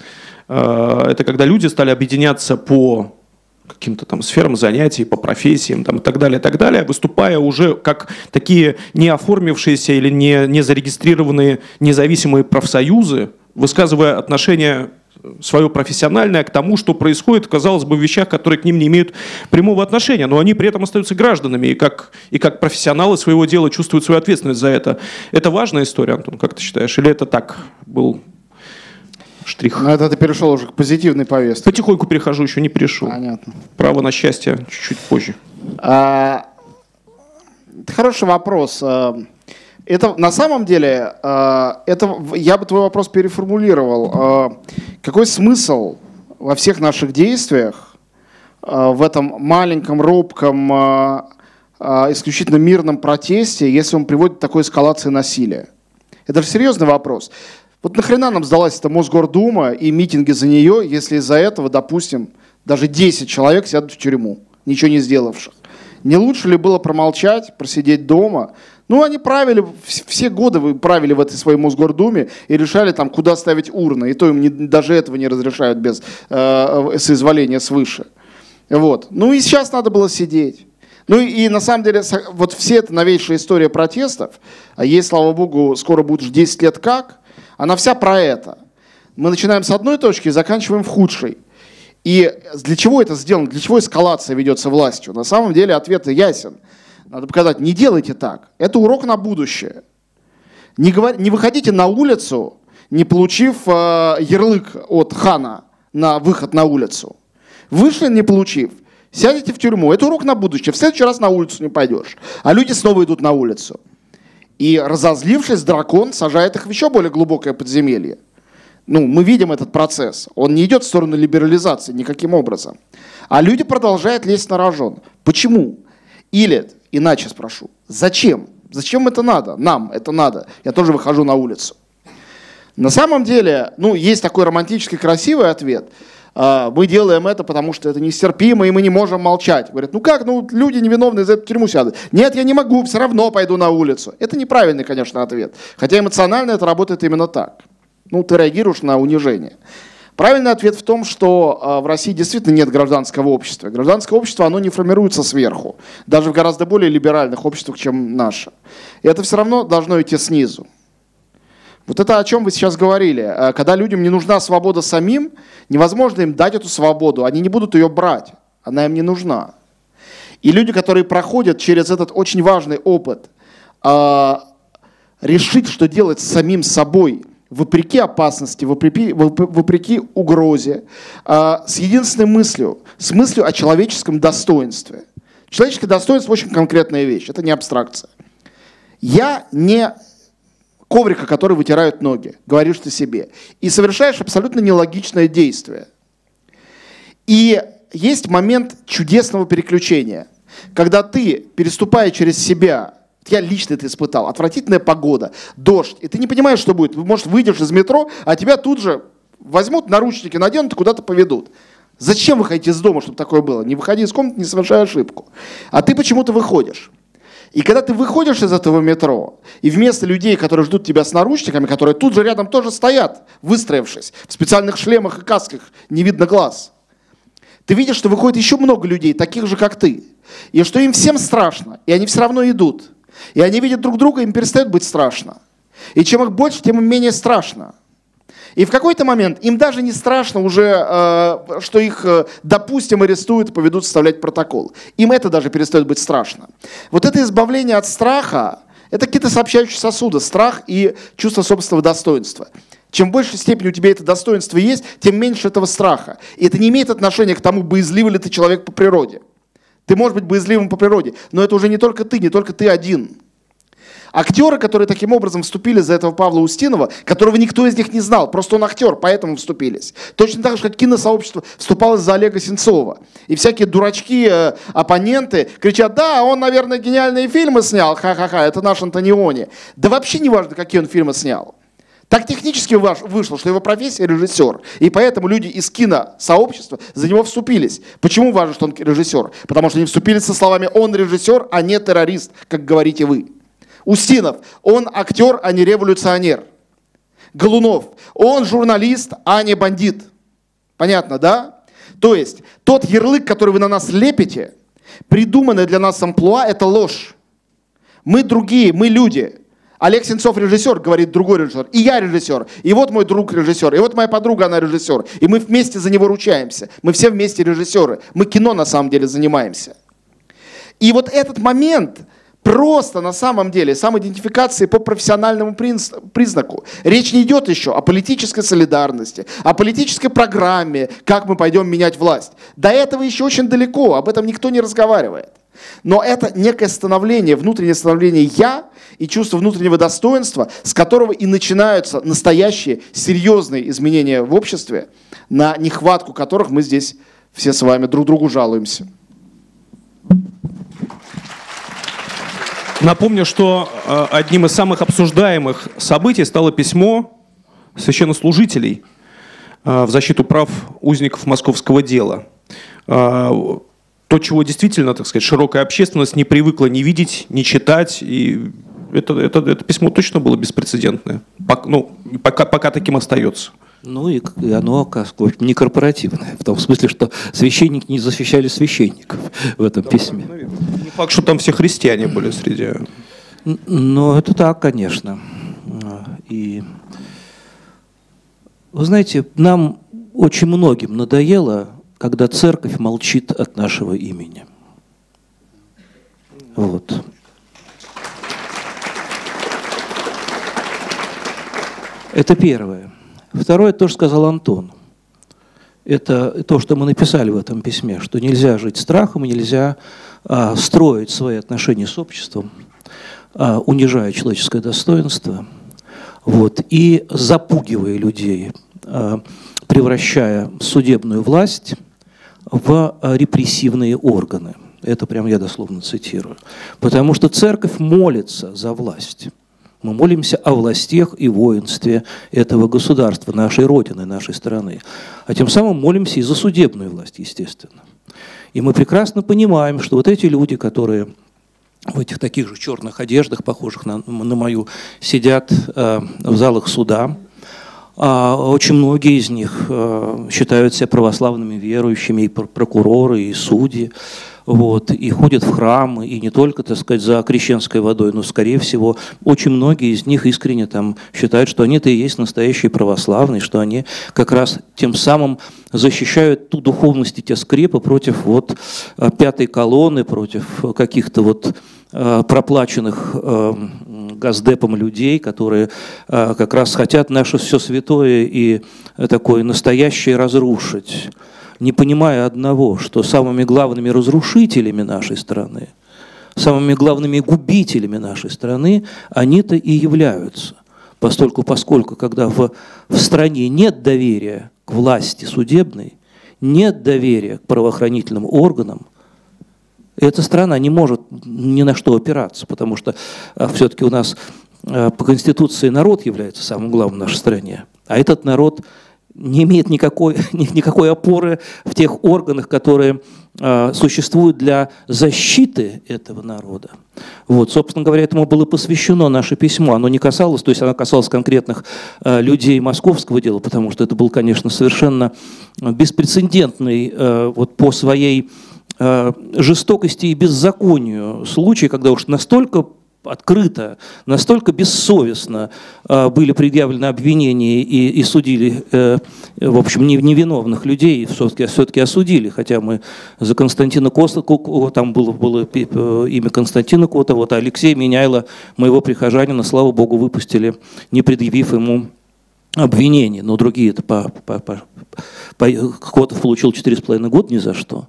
Э, это когда люди стали объединяться по каким-то там сферам занятий, по профессиям там, и так далее, и так далее, выступая уже как такие не оформившиеся или не, не зарегистрированные независимые профсоюзы, высказывая отношение свое профессиональное к тому, что происходит, казалось бы, в вещах, которые к ним не имеют прямого отношения, но они при этом остаются гражданами и как, и как профессионалы своего дела чувствуют свою ответственность за это. Это важная история, Антон, как ты считаешь? Или это так был штрих? Ну, это ты перешел уже к позитивной повестке. Потихоньку перехожу, еще не перешел. Понятно. Право на счастье чуть-чуть позже. А, это хороший вопрос. Это на самом деле, это, я бы твой вопрос переформулировал. Какой смысл во всех наших действиях в этом маленьком, робком, исключительно мирном протесте, если он приводит к такой эскалации насилия? Это же серьезный вопрос. Вот нахрена нам сдалась эта Мосгордума и митинги за нее, если из-за этого, допустим, даже десять человек сядут в тюрьму, ничего не сделавших? Не лучше ли было промолчать, просидеть дома, Ну, они правили, все годы правили в этой своей Мосгордуме и решали, там, куда ставить урны. И то им не, даже этого не разрешают без э, соизволения свыше. Вот. Ну и сейчас надо было сидеть. Ну и, и на самом деле, вот все эта новейшая история протестов, а ей, слава богу, скоро будет уже десять лет как, она вся про это. Мы начинаем с одной точки и заканчиваем в худшей. И для чего это сделано? Для чего эскалация ведется властью? На самом деле ответ ясен. Надо показать, не делайте так. Это урок на будущее. Не, говор... не выходите на улицу, не получив э, ярлык от хана на выход на улицу. Вышли, не получив, сядете в тюрьму. Это урок на будущее. В следующий раз на улицу не пойдешь. А люди снова идут на улицу. И разозлившись, дракон сажает их в еще более глубокое подземелье. Ну, мы видим этот процесс. Он не идет в сторону либерализации никаким образом. А люди продолжают лезть на рожон. Почему? Или, иначе спрошу, зачем? Зачем это надо? Нам это надо. Я тоже выхожу на улицу. На самом деле, ну, есть такой романтический, красивый ответ. Мы делаем это, потому что это нестерпимо, и мы не можем молчать. Говорят, ну как, ну люди невиновные за эту тюрьму сядут. Нет, я не могу, все равно пойду на улицу. Это неправильный, конечно, ответ. Хотя эмоционально это работает именно так. Ну, ты реагируешь на унижение. Правильный ответ в том, что э, в России действительно нет гражданского общества. Гражданское общество, оно не формируется сверху, даже в гораздо более либеральных обществах, чем наше. И это все равно должно идти снизу. Вот это о чем вы сейчас говорили. Когда людям не нужна свобода самим, невозможно им дать эту свободу, они не будут ее брать, она им не нужна. И люди, которые проходят через этот очень важный опыт, э, решить, что делать с самим собой, вопреки опасности, вопреки, вопреки угрозе, э, с единственной мыслью, с мыслью о человеческом достоинстве. Человеческое достоинство очень конкретная вещь, это не абстракция. Я не коврика, который вытирают ноги, говоришь ты себе, и совершаешь абсолютно нелогичное действие. И есть момент чудесного переключения, когда ты, переступая через себя, я лично это испытал. Отвратительная погода, дождь. И ты не понимаешь, что будет. Может, выйдешь из метро, а тебя тут же возьмут, наручники наденут и куда-то поведут. Зачем выходить из дома, чтобы такое было? Не выходи из комнаты, не совершай ошибку. А ты почему-то выходишь. И когда ты выходишь из этого метро, и вместо людей, которые ждут тебя с наручниками, которые тут же рядом тоже стоят, выстроившись, в специальных шлемах и касках, не видно глаз, ты видишь, что выходит еще много людей, таких же, как ты. И что им всем страшно, и они все равно идут. И они видят друг друга, им перестает быть страшно. И чем их больше, тем им менее страшно. И в какой-то момент им даже не страшно уже, э, что их, э, допустим, арестуют и поведут составлять протокол. Им это даже перестает быть страшно. Вот это избавление от страха, это какие-то сообщающие сосуды, страх и чувство собственного достоинства. Чем в большей степени у тебя это достоинство есть, тем меньше этого страха. И это не имеет отношения к тому, боязливый ли ты человек по природе. Ты можешь быть боязливым по природе, но это уже не только ты, не только ты один. Актеры, которые таким образом вступили за этого Павла Устинова, которого никто из них не знал, просто он актер, поэтому вступились. Точно так же, как киносообщество вступало за Олега Сенцова. И всякие дурачки, э, оппоненты кричат, да, он, наверное, гениальные фильмы снял, ха-ха-ха, это наш Антониони. Да вообще не важно, какие он фильмы снял. Так технически вышло, что его профессия режиссер. И поэтому люди из киносообщества за него вступились. Почему важно, что он режиссер? Потому что они вступились со словами «он режиссер, а не террорист», как говорите вы. Устинов, он актер, а не революционер. Голунов, он журналист, а не бандит. Понятно, да? То есть тот ярлык, который вы на нас лепите, придуманное для нас амплуа, это ложь. Мы другие, мы люди. Олег Сенцов режиссер, говорит другой режиссер. И я режиссер. И вот мой друг режиссер. И вот моя подруга, она режиссер. И мы вместе за него ручаемся. Мы все вместе режиссеры. Мы кино на самом деле занимаемся. И вот этот момент просто на самом деле самоидентификации по профессиональному признаку. Речь не идет еще о политической солидарности, о политической программе, как мы пойдем менять власть. До этого еще очень далеко, об этом никто не разговаривает. Но это некое становление, внутреннее становление «я» и чувство внутреннего достоинства, с которого и начинаются настоящие серьезные изменения в обществе, на нехватку которых мы здесь все с вами друг другу жалуемся. Напомню, что одним из самых обсуждаемых событий стало письмо священнослужителей в защиту прав узников московского дела. То, чего действительно, так сказать, широкая общественность не привыкла ни видеть, ни читать, и Это, это, это письмо точно было беспрецедентное. Пока, ну, пока, пока таким остается. Ну и, и оно не корпоративное, в том смысле, что священники не защищали священников в этом да, письме. Не факт, что там все христиане были среди... Ну, это так, конечно. И вы знаете, нам очень многим надоело, когда церковь молчит от нашего имени. Вот. Это первое. Второе, то, что сказал Антон. Это то, что мы написали в этом письме, что нельзя жить страхом, нельзя а, строить свои отношения с обществом, а, унижая человеческое достоинство, вот, и запугивая людей, а, превращая судебную власть в репрессивные органы. Это прям я дословно цитирую. Потому что церковь молится за власть. Мы молимся о властях и воинстве этого государства, нашей Родины, нашей страны. А тем самым молимся и за судебную власть, естественно. И мы прекрасно понимаем, что вот эти люди, которые в этих таких же черных одеждах, похожих на, на мою, сидят э, в залах суда, э, очень многие из них э, считают себя православными верующими, и прокуроры, и судьи. Вот, и ходят в храмы, и не только, так сказать, за крещенской водой, но, скорее всего, очень многие из них искренне там считают, что они-то и есть настоящие православные, что они как раз тем самым защищают ту духовность и те скрепы против вот пятой колонны, против каких-то вот проплаченных Госдепом людей, которые как раз хотят наше все святое и такое настоящее разрушить, не понимая одного, что самыми главными разрушителями нашей страны, самыми главными губителями нашей страны, они-то и являются. Поскольку, поскольку когда в, в стране нет доверия к власти судебной, нет доверия к правоохранительным органам, эта страна не может ни на что опираться, потому что все-таки у нас по Конституции народ является самым главным в нашей стране, а этот народ не имеет никакой, никакой опоры в тех органах, которые э, существуют для защиты этого народа. Вот, собственно говоря, этому было посвящено наше письмо. Оно не касалось, то есть оно касалось конкретных э, людей московского дела, потому что это был, конечно, совершенно беспрецедентный э, вот по своей э, жестокости и беззаконию случай, когда уж настолько открыто, настолько бессовестно э, были предъявлены обвинения и, и судили, э, в общем, невиновных людей, все-таки, все-таки осудили, хотя мы за Константина Коста, там было, было имя Константина Кота, вот, а Алексея Меняйла, моего прихожанина, слава богу, выпустили, не предъявив ему обвинений, но другие-то по, по, по, по, Котов получил четыре с половиной года ни за что.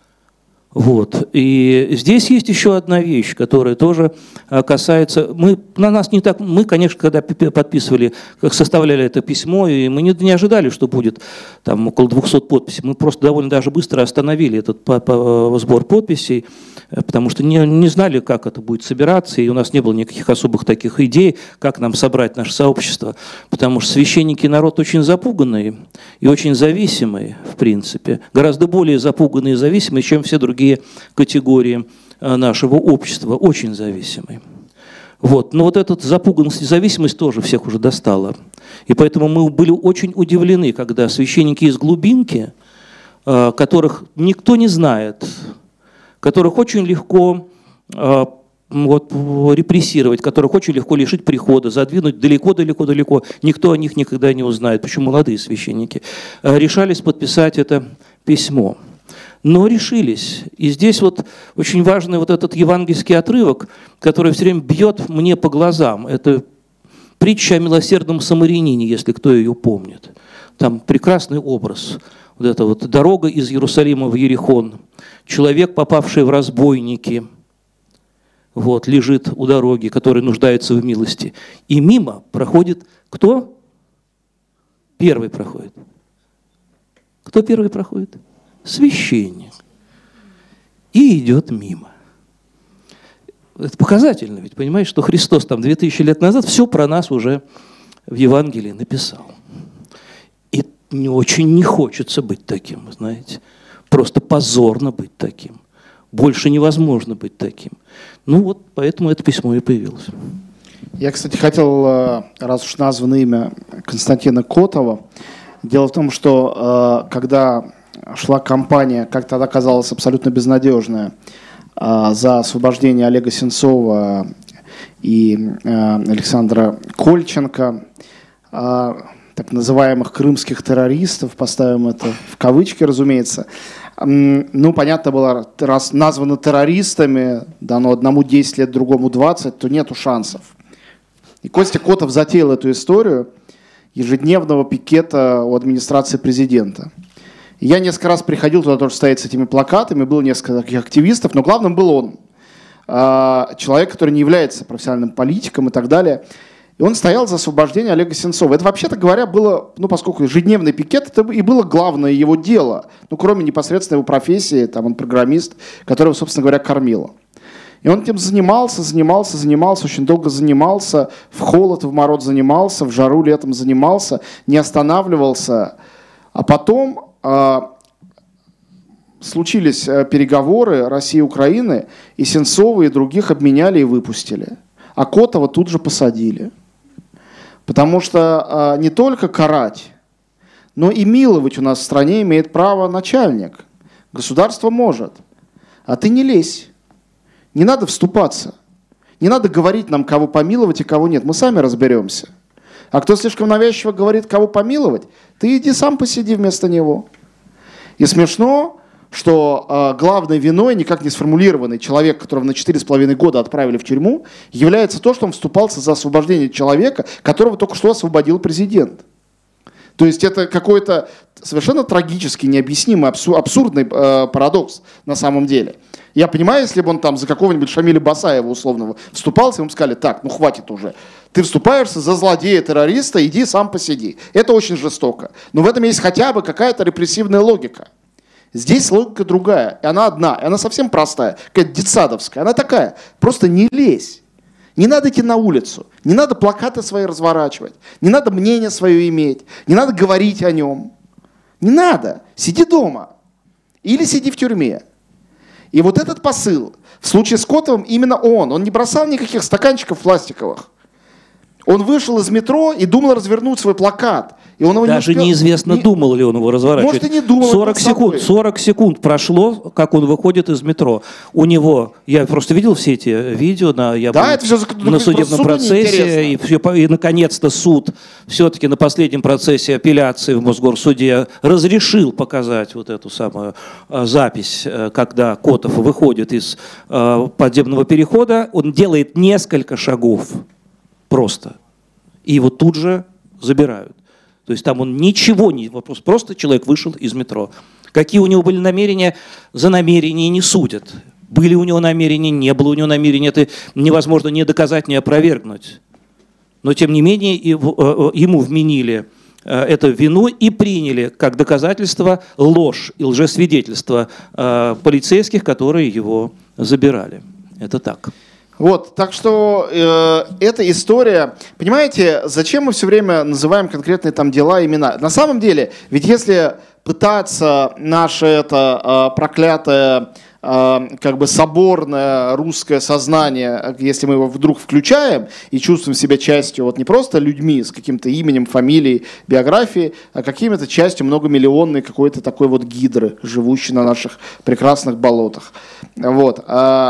Вот. И здесь есть еще одна вещь, которая тоже касается... Мы, на нас не так... Мы, конечно, когда подписывали, как составляли это письмо, и мы не, не ожидали, что будет там около двухсот подписей. Мы просто довольно даже быстро остановили этот по, по, сбор подписей, потому что не, не знали, как это будет собираться, и у нас не было никаких особых таких идей, как нам собрать наше сообщество. Потому что священники и народ очень запуганные и очень зависимые, в принципе. Гораздо более запуганные и зависимые, чем все другие категории нашего общества, очень зависимые. Вот. Но вот эта запуганность и зависимость тоже всех уже достала. И поэтому мы были очень удивлены, когда священники из глубинки, которых никто не знает, которых очень легко вот, репрессировать, которых очень легко лишить прихода, задвинуть далеко-далеко-далеко, никто о них никогда не узнает, почему молодые священники, решались подписать это письмо. Но решились. И здесь вот очень важный вот этот евангельский отрывок, который все время бьет мне по глазам. Это притча о милосердном самарянине, если кто ее помнит. Там прекрасный образ. Вот эта вот дорога из Иерусалима в Иерихон. Человек, попавший в разбойники, вот, лежит у дороги, который нуждается в милости. И мимо проходит кто? Первый проходит. Кто первый проходит? Священник. И идет мимо. Это показательно, ведь понимаешь, что Христос там две тысячи лет назад все про нас уже в Евангелии написал. И не очень не хочется быть таким, знаете. Просто позорно быть таким. Больше невозможно быть таким. Ну вот, поэтому это письмо и появилось. Я, кстати, хотел, раз уж названо имя Константина Котова, дело в том, что когда шла кампания, как тогда казалось, абсолютно безнадежная, за освобождение Олега Сенцова и Александра Кольченко, так называемых крымских террористов, поставим это в кавычки, разумеется. Ну, понятно было, раз названы террористами, дано одному десять лет, другому двадцать, то нету шансов. И Костя Котов затеял эту историю ежедневного пикета у администрации президента. И я несколько раз приходил туда тоже стоять с этими плакатами, было несколько таких активистов, но главным был он. Человек, который не является профессиональным политиком и так далее. И он стоял за освобождение Олега Сенцова. Это, вообще-то говоря, было, ну, поскольку ежедневный пикет, это и было главное его дело. Ну, кроме непосредственно его профессии, там он программист, которого, собственно говоря, кормило. И он этим занимался, занимался, занимался, очень долго занимался, в холод, в мороз занимался, в жару летом занимался, не останавливался. А потом э, случились переговоры России и Украины, и Сенцова, и других обменяли и выпустили. А Котова тут же посадили. Потому что э, не только карать, но и миловать у нас в стране имеет право начальник. Государство может. А ты не лезь. Не надо вступаться. Не надо говорить нам, кого помиловать и кого нет. Мы сами разберемся. А кто слишком навязчиво говорит, кого помиловать, ты иди сам посиди вместо него. И смешно, что э, главной виной, никак не сформулированный человек, которого на четыре с половиной года отправили в тюрьму, является то, что он вступался за освобождение человека, которого только что освободил президент. То есть это какой-то совершенно трагический, необъяснимый, абсурдный э, парадокс на самом деле. Я понимаю, если бы он там за какого-нибудь Шамиля Басаева условного вступался, ему сказали: так, ну хватит уже. Ты вступаешься за злодея-террориста, иди сам посиди. Это очень жестоко. Но в этом есть хотя бы какая-то репрессивная логика. Здесь логика другая, и она одна, и она совсем простая, какая-то детсадовская. Она такая: просто не лезь. Не надо идти на улицу, не надо плакаты свои разворачивать, не надо мнение свое иметь, не надо говорить о нем. Не надо. Сиди дома или сиди в тюрьме. И вот этот посыл, в случае с Котовым именно он, он не бросал никаких стаканчиков пластиковых. Он вышел из метро и думал развернуть свой плакат. И он его Даже не успел... неизвестно, не... думал ли он его разворачивать. Может, и не думал. сорок секунд, сорок секунд прошло, как он выходит из метро. У него, я просто видел все эти видео, на, я да, был это все на судебном процессе, и, все, и наконец-то суд все-таки на последнем процессе апелляции в Мосгорсуде разрешил показать вот эту самую э, запись, э, когда Котов выходит из э, подземного перехода, он делает несколько шагов. Просто. И его тут же забирают. То есть там он ничего не... Вопрос, просто человек вышел из метро. Какие у него были намерения, за намерения не судят. Были у него намерения, не было у него намерения. Это невозможно ни доказать, ни опровергнуть. Но тем не менее ему вменили эту вину и приняли как доказательство ложь и лжесвидетельство полицейских, которые его забирали. Это так. Вот, так что э, эта история, понимаете, зачем мы все время называем конкретные там дела, имена? На самом деле, ведь если пытаться наше это э, проклятое, э, как бы соборное русское сознание, если мы его вдруг включаем и чувствуем себя частью вот не просто людьми с каким-то именем, фамилией, биографией, а какими-то частью многомиллионной какой-то такой вот гидры, живущей на наших прекрасных болотах. Вот.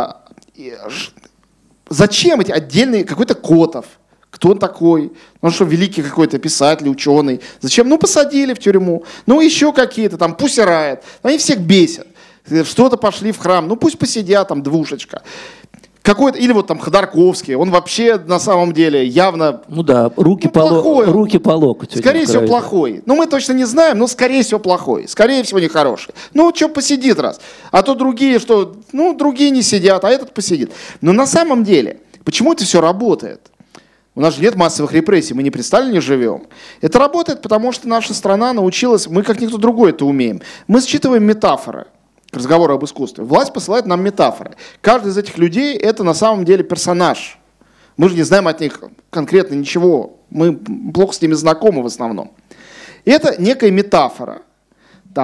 Зачем эти отдельные, какой-то Котов? Кто он такой? Он что, великий какой-то писатель, ученый? Зачем? Ну, посадили в тюрьму. Ну, еще какие-то там, Pussy Riot. Они всех бесят. Что-то пошли в храм. Ну, пусть посидят, там, двушечка. Какой-то, или вот там Ходорковский. Он вообще, на самом деле, явно... Ну да, руки, ну, по, ло... руки по локоть. Скорее всего, плохой. Ну, мы точно не знаем, но, скорее всего, плохой. Скорее всего, нехороший. Ну, что посидит раз. А то другие, что... Ну, другие не сидят, а этот посидит. Но на самом деле, почему это все работает? У нас же нет массовых репрессий, мы не при Сталине живем. Это работает, потому что наша страна научилась, мы как никто другой это умеем. Мы считываем метафоры. К разговору об искусстве. Власть посылает нам метафоры. Каждый из этих людей – это на самом деле персонаж. Мы же не знаем от них конкретно ничего. Мы плохо с ними знакомы в основном. И это некая метафора. Там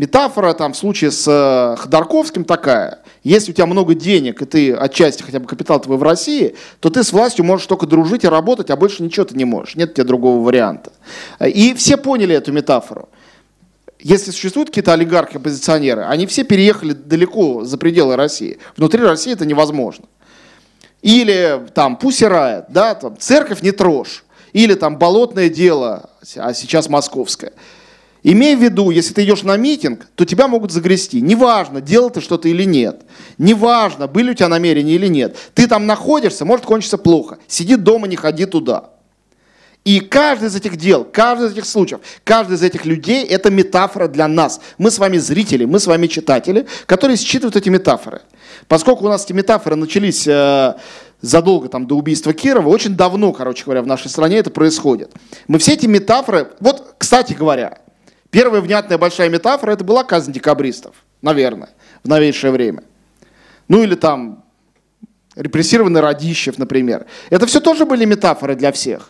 Метафора там в случае с Ходорковским такая. Если у тебя много денег, и ты отчасти хотя бы капитал твой в России, то ты с властью можешь только дружить и работать, а больше ничего ты не можешь. Нет у тебя другого варианта. И все поняли эту метафору. Если существуют какие-то олигархи, оппозиционеры, они все переехали далеко за пределы России. Внутри России это невозможно. Или там Pussy Riot, да, там, церковь не трожь. Или там болотное дело, а сейчас московское. Имей в виду, если ты идешь на митинг, то тебя могут загрести. Неважно, делал ты что-то или нет. Неважно, были у тебя намерения или нет. Ты там находишься, может кончиться плохо. Сиди дома, не ходи туда. И каждый из этих дел, каждый из этих случаев, каждый из этих людей – это метафора для нас. Мы с вами зрители, мы с вами читатели, которые считывают эти метафоры. Поскольку у нас эти метафоры начались э, задолго там, до убийства Кирова, очень давно, короче говоря, в нашей стране это происходит. Мы все эти метафоры… Вот, кстати говоря, первая внятная большая метафора – это была казнь декабристов, наверное, в новейшее время. Ну или там репрессированный Радищев, например. Это все тоже были метафоры для всех.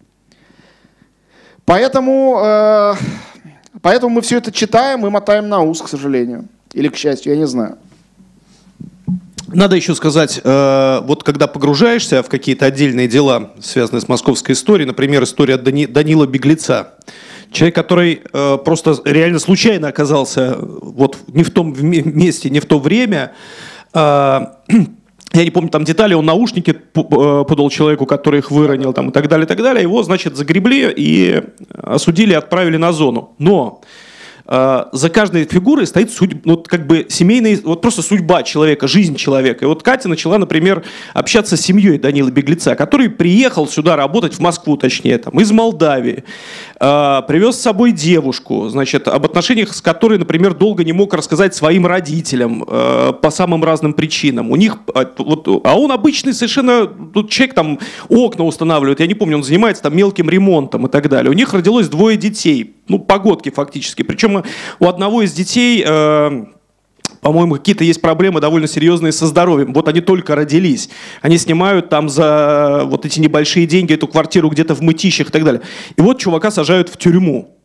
Поэтому, э, поэтому мы все это читаем и мотаем на ус, к сожалению. Или к счастью, я не знаю. Надо еще сказать, э, вот когда погружаешься в какие-то отдельные дела, связанные с московской историей, например, история Дани, Данила Беглеца, человек, который э, просто реально случайно оказался вот не в том месте, не в то время, э, я не помню там детали, он наушники подал человеку, который их выронил, там, и так далее, и так далее. Его, значит, загребли и осудили, и отправили на зону. Но э, за каждой фигурой стоит судьба, ну, как бы семейная, вот просто судьба человека, жизнь человека. И вот Катя начала, например, общаться с семьей Данила Беглеца, который приехал сюда работать, в Москву точнее, там, из Молдавии. Э, привез с собой девушку, значит, об отношениях с которой, например, долго не мог рассказать своим родителям э, по самым разным причинам. У них, э, вот, а он обычный совершенно, тут человек там окна устанавливает, я не помню, он занимается там мелким ремонтом и так далее. У них родилось двое детей, ну, погодки фактически. Причем у одного из детей, э, по-моему, какие-то есть проблемы довольно серьезные со здоровьем. Вот они только родились. Они снимают там за вот эти небольшие деньги эту квартиру где-то в Мытищах и так далее. И вот чувака сажают в тюрьму.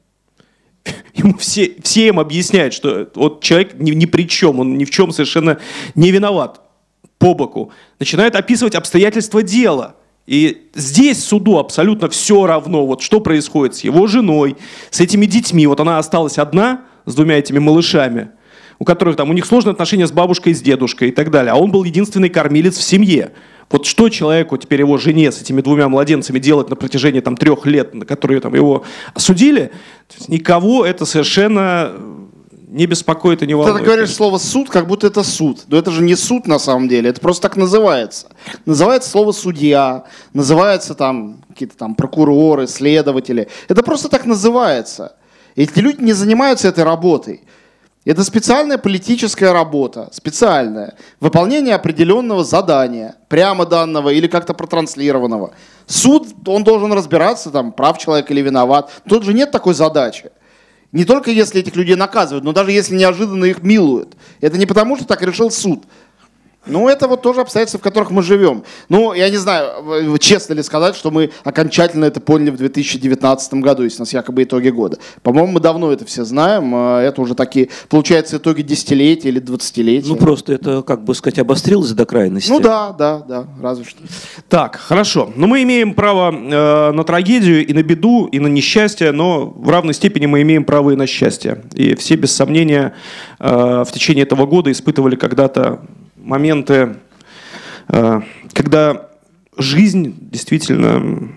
Ему все, все им объясняют, что вот человек ни, ни при чем, он ни в чем совершенно не виноват. По боку. Начинают описывать обстоятельства дела. И здесь суду абсолютно все равно, вот что происходит с его женой, с этими детьми. Вот она осталась одна с двумя этими малышами, у которых там у них сложные отношения с бабушкой, с дедушкой и так далее. А он был единственный кормилец в семье. Вот что человеку, теперь его жене с этими двумя младенцами делать на протяжении там, трех лет, на которые там, его осудили, никого это совершенно не беспокоит и не волнует. Ты говоришь слово «суд», как будто это суд. Но это же не суд на самом деле, это просто так называется. Называется слово «судья», называется там какие-то там прокуроры, следователи. Это просто так называется. Эти люди не занимаются этой работой. Это специальная политическая работа, специальная. Выполнение определенного задания, прямо данного или как-то протранслированного. Суд, он должен разбираться, там, прав человек или виноват. Тут же нет такой задачи. Не только если этих людей наказывают, но даже если неожиданно их милуют. Это не потому, что так решил суд. Ну, это вот тоже обстоятельства, в которых мы живем. Ну, я не знаю, честно ли сказать, что мы окончательно это поняли в две тысячи девятнадцатом году, если у нас якобы итоги года. По-моему, мы давно это все знаем. Это уже такие, получается, итоги десятилетия или двадцатилетия. Ну, просто это, как бы сказать, обострилось до крайности. Ну да, да, да, разве что. Так, хорошо. Но мы имеем право э, на трагедию и на беду, и на несчастье, но в равной степени мы имеем право и на счастье. И все, без сомнения, э, в течение этого года испытывали когда-то моменты, когда жизнь действительно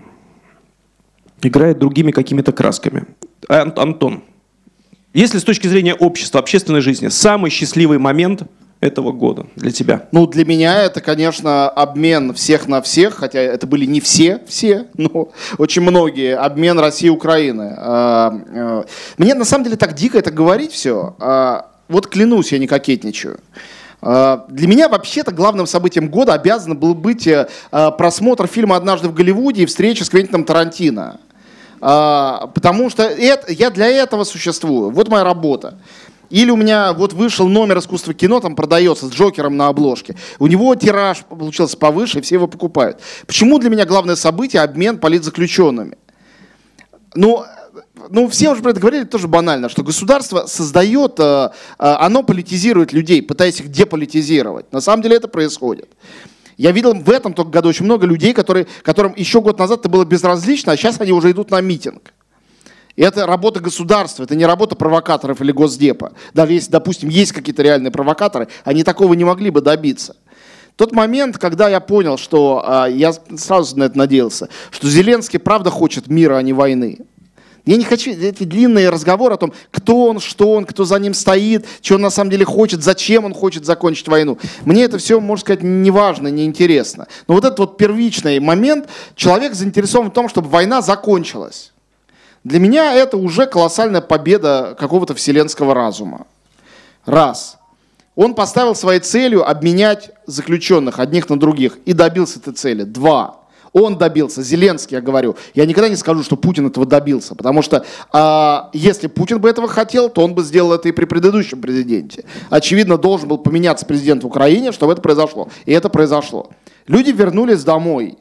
играет другими какими-то красками. Антон, если с точки зрения общества, общественной жизни, самый счастливый момент этого года для тебя? Ну, для меня это, конечно, обмен всех на всех, хотя это были не все, все, но очень многие. Обмен России и Украины. Мне на самом деле так дико это говорить все. Вот клянусь, я не кокетничаю. Для меня вообще-то главным событием года обязано было быть просмотр фильма «Однажды в Голливуде» и встреча с Квентином Тарантино. Потому что это, я для этого существую. Вот моя работа. Или у меня вот вышел номер «Искусство кино», там продается с Джокером на обложке. У него тираж получился повыше, и все его покупают. Почему для меня главное событие – обмен политзаключенными? Ну, ну, все уже про это говорили, тоже банально, что государство создает, оно политизирует людей, пытаясь их деполитизировать. На самом деле это происходит. Я видел в этом только году очень много людей, которые, которым еще год назад это было безразлично, а сейчас они уже идут на митинг. И это работа государства, это не работа провокаторов или Госдепа. Даже если, допустим, есть какие-то реальные провокаторы, они такого не могли бы добиться. Тот момент, когда я понял, что, э, я сразу на это надеялся, что Зеленский правда хочет мира, а не войны. Я не хочу эти длинные разговоры о том, кто он, что он, кто за ним стоит, что он на самом деле хочет, зачем он хочет закончить войну. Мне это все, можно сказать, не важно, не интересно. Но вот этот вот первичный момент, человек заинтересован в том, чтобы война закончилась. Для меня это уже колоссальная победа какого-то вселенского разума. Раз. Он поставил своей целью обменять заключенных одних на других и добился этой цели. Два. Он добился, Зеленский, я говорю. Я никогда не скажу, что Путин этого добился, потому что а, если Путин бы этого хотел, то он бы сделал это и при предыдущем президенте. Очевидно, должен был поменяться президент в Украине, чтобы это произошло. И это произошло. Люди вернулись домой.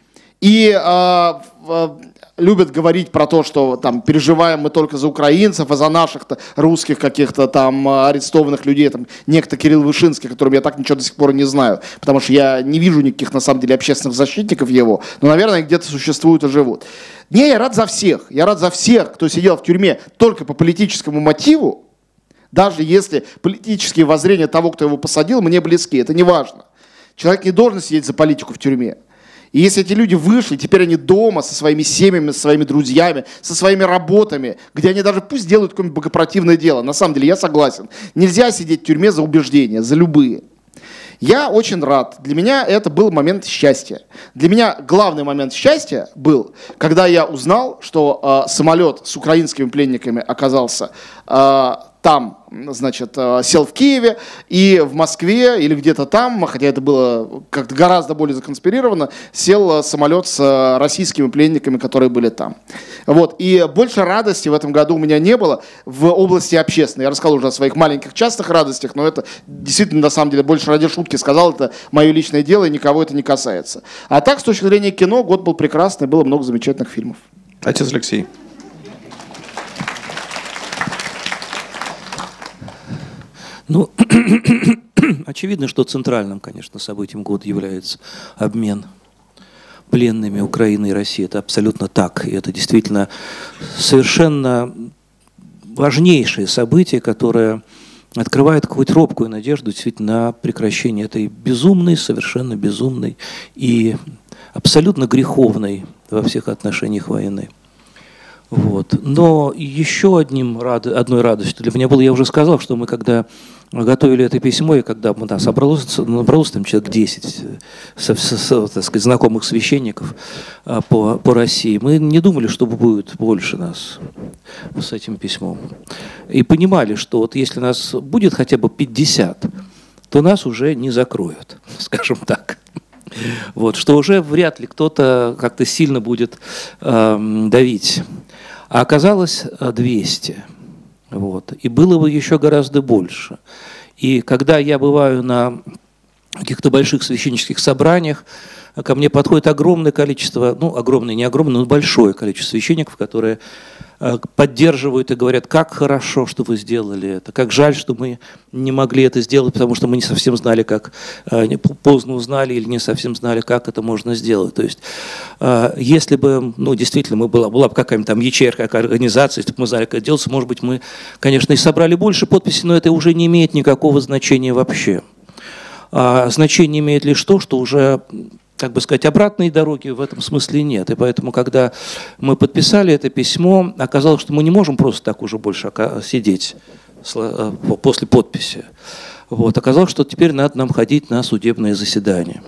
И а, а, любят говорить про то, что там переживаем мы только за украинцев, а за наших русских каких-то там арестованных людей, там некто Кирилл Вышинский, которым я так ничего до сих пор не знаю, потому что я не вижу никаких на самом деле общественных защитников его, но, наверное, где-то существуют и живут. Не, я рад за всех, я рад за всех, кто сидел в тюрьме только по политическому мотиву, даже если политические воззрения того, кто его посадил, мне близки, это не важно. Человек не должен сидеть за политику в тюрьме. И если эти люди вышли, теперь они дома со своими семьями, со своими друзьями, со своими работами, где они даже пусть делают какое-нибудь богопротивное дело. На самом деле, я согласен. Нельзя сидеть в тюрьме за убеждения, за любые. Я очень рад. Для меня это был момент счастья. Для меня главный момент счастья был, когда я узнал, что э, самолет с украинскими пленниками оказался э, там, значит, сел в Киеве, и в Москве или где-то там, хотя это было как-то гораздо более законспирировано, сел самолет с российскими пленниками, которые были там. Вот. И больше радости в этом году у меня не было в области общественной. Я рассказал уже о своих маленьких частых радостях, но это действительно, на самом деле, больше ради шутки сказал, это мое личное дело, и никого это не касается. А так, с точки зрения кино, год был прекрасный, было много замечательных фильмов. Отец Алексей. Ну, очевидно, что центральным, конечно, событием года является обмен пленными Украины и России. Это абсолютно так. И это действительно совершенно важнейшее событие, которое открывает какую-то робкую надежду действительно на прекращение этой безумной, совершенно безумной и абсолютно греховной во всех отношениях войны. Вот. Но еще одним, одной радостью для меня было, я уже сказал, что мы когда готовили это письмо, и когда у нас собралось, набралось там человек десять со, со, так сказать, знакомых священников по, по России, мы не думали, что будет больше нас с этим письмом. И понимали, что вот если нас будет хотя бы пятьдесят, то нас уже не закроют, скажем так. Вот, что уже вряд ли кто-то как-то сильно будет э, давить. А оказалось двести. Вот. И было бы еще гораздо больше. И когда я бываю на каких-то больших священнических собраниях, ко мне подходит огромное количество, ну, огромное, не огромное, но большое количество священников, которые поддерживают и говорят, как хорошо, что вы сделали это, как жаль, что мы не могли это сделать, потому что мы не совсем знали, как, поздно узнали или не совсем знали, как это можно сделать. То есть, если бы, ну, действительно, мы была, была бы какая-нибудь там ячейка, какая организация, если бы мы знали, как это делается, может быть, мы, конечно, и собрали больше подписей, но это уже не имеет никакого значения вообще. А значение имеет лишь то, что уже, как бы сказать, обратной дороги в этом смысле нет. И поэтому, когда мы подписали это письмо, оказалось, что мы не можем просто так уже больше сидеть после подписи. Вот. Оказалось, что теперь надо нам ходить на судебное заседание.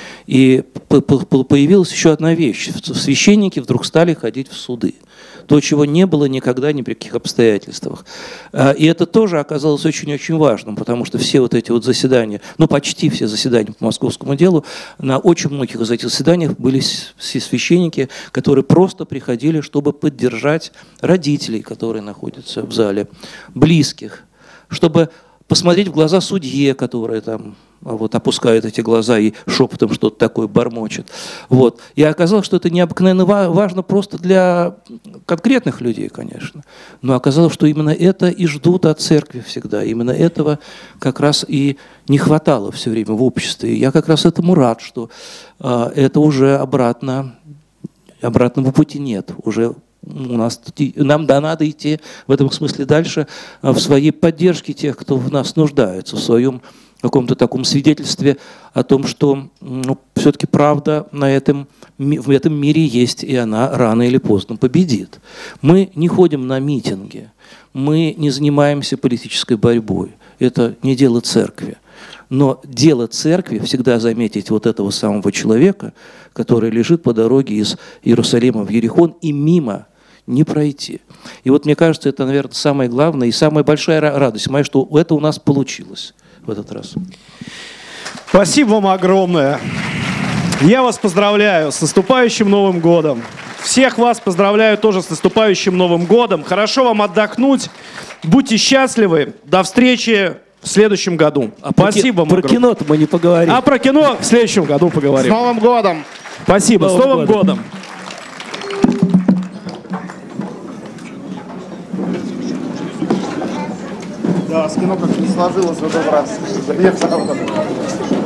И появилась еще одна вещь. Священники вдруг стали ходить в суды. То, чего не было никогда ни при каких обстоятельствах. И это тоже оказалось очень-очень важным, потому что все вот эти вот заседания, ну почти все заседания по московскому делу, на очень многих из этих заседаниях были все священники, которые просто приходили, чтобы поддержать родителей, которые находятся в зале, близких, чтобы посмотреть в глаза судье, которая там вот, опускает эти глаза и шепотом что-то такое бормочет. Вот. И оказалось, что это необыкновенно важно просто для конкретных людей, конечно. Но оказалось, что именно это и ждут от церкви всегда. Именно этого как раз и не хватало все время в обществе. И я как раз этому рад, что э, это уже обратно, обратного пути нет. Уже у нас, нам да, надо идти в этом смысле дальше в своей поддержке тех, кто в нас нуждается, в своем каком-то таком свидетельстве о том, что ну, все-таки правда на этом, в этом мире есть, и она рано или поздно победит. Мы не ходим на митинги, мы не занимаемся политической борьбой. Это не дело церкви. Но дело церкви всегда заметить вот этого самого человека, который лежит по дороге из Иерусалима в Ерихон, и мимо не пройти. И вот мне кажется, это, наверное, самое главное и самая большая радость моя, что это у нас получилось в этот раз. Спасибо вам огромное. Я вас поздравляю с наступающим Новым годом. Всех вас поздравляю тоже с наступающим Новым годом. Хорошо вам отдохнуть. Будьте счастливы. До встречи в следующем году. А Спасибо вам огромное. Про кино-то мы не поговорим. А про кино в следующем году поговорим. С Новым годом! Спасибо. С Новым годом! Да, с кино как не сложилось в этот раз.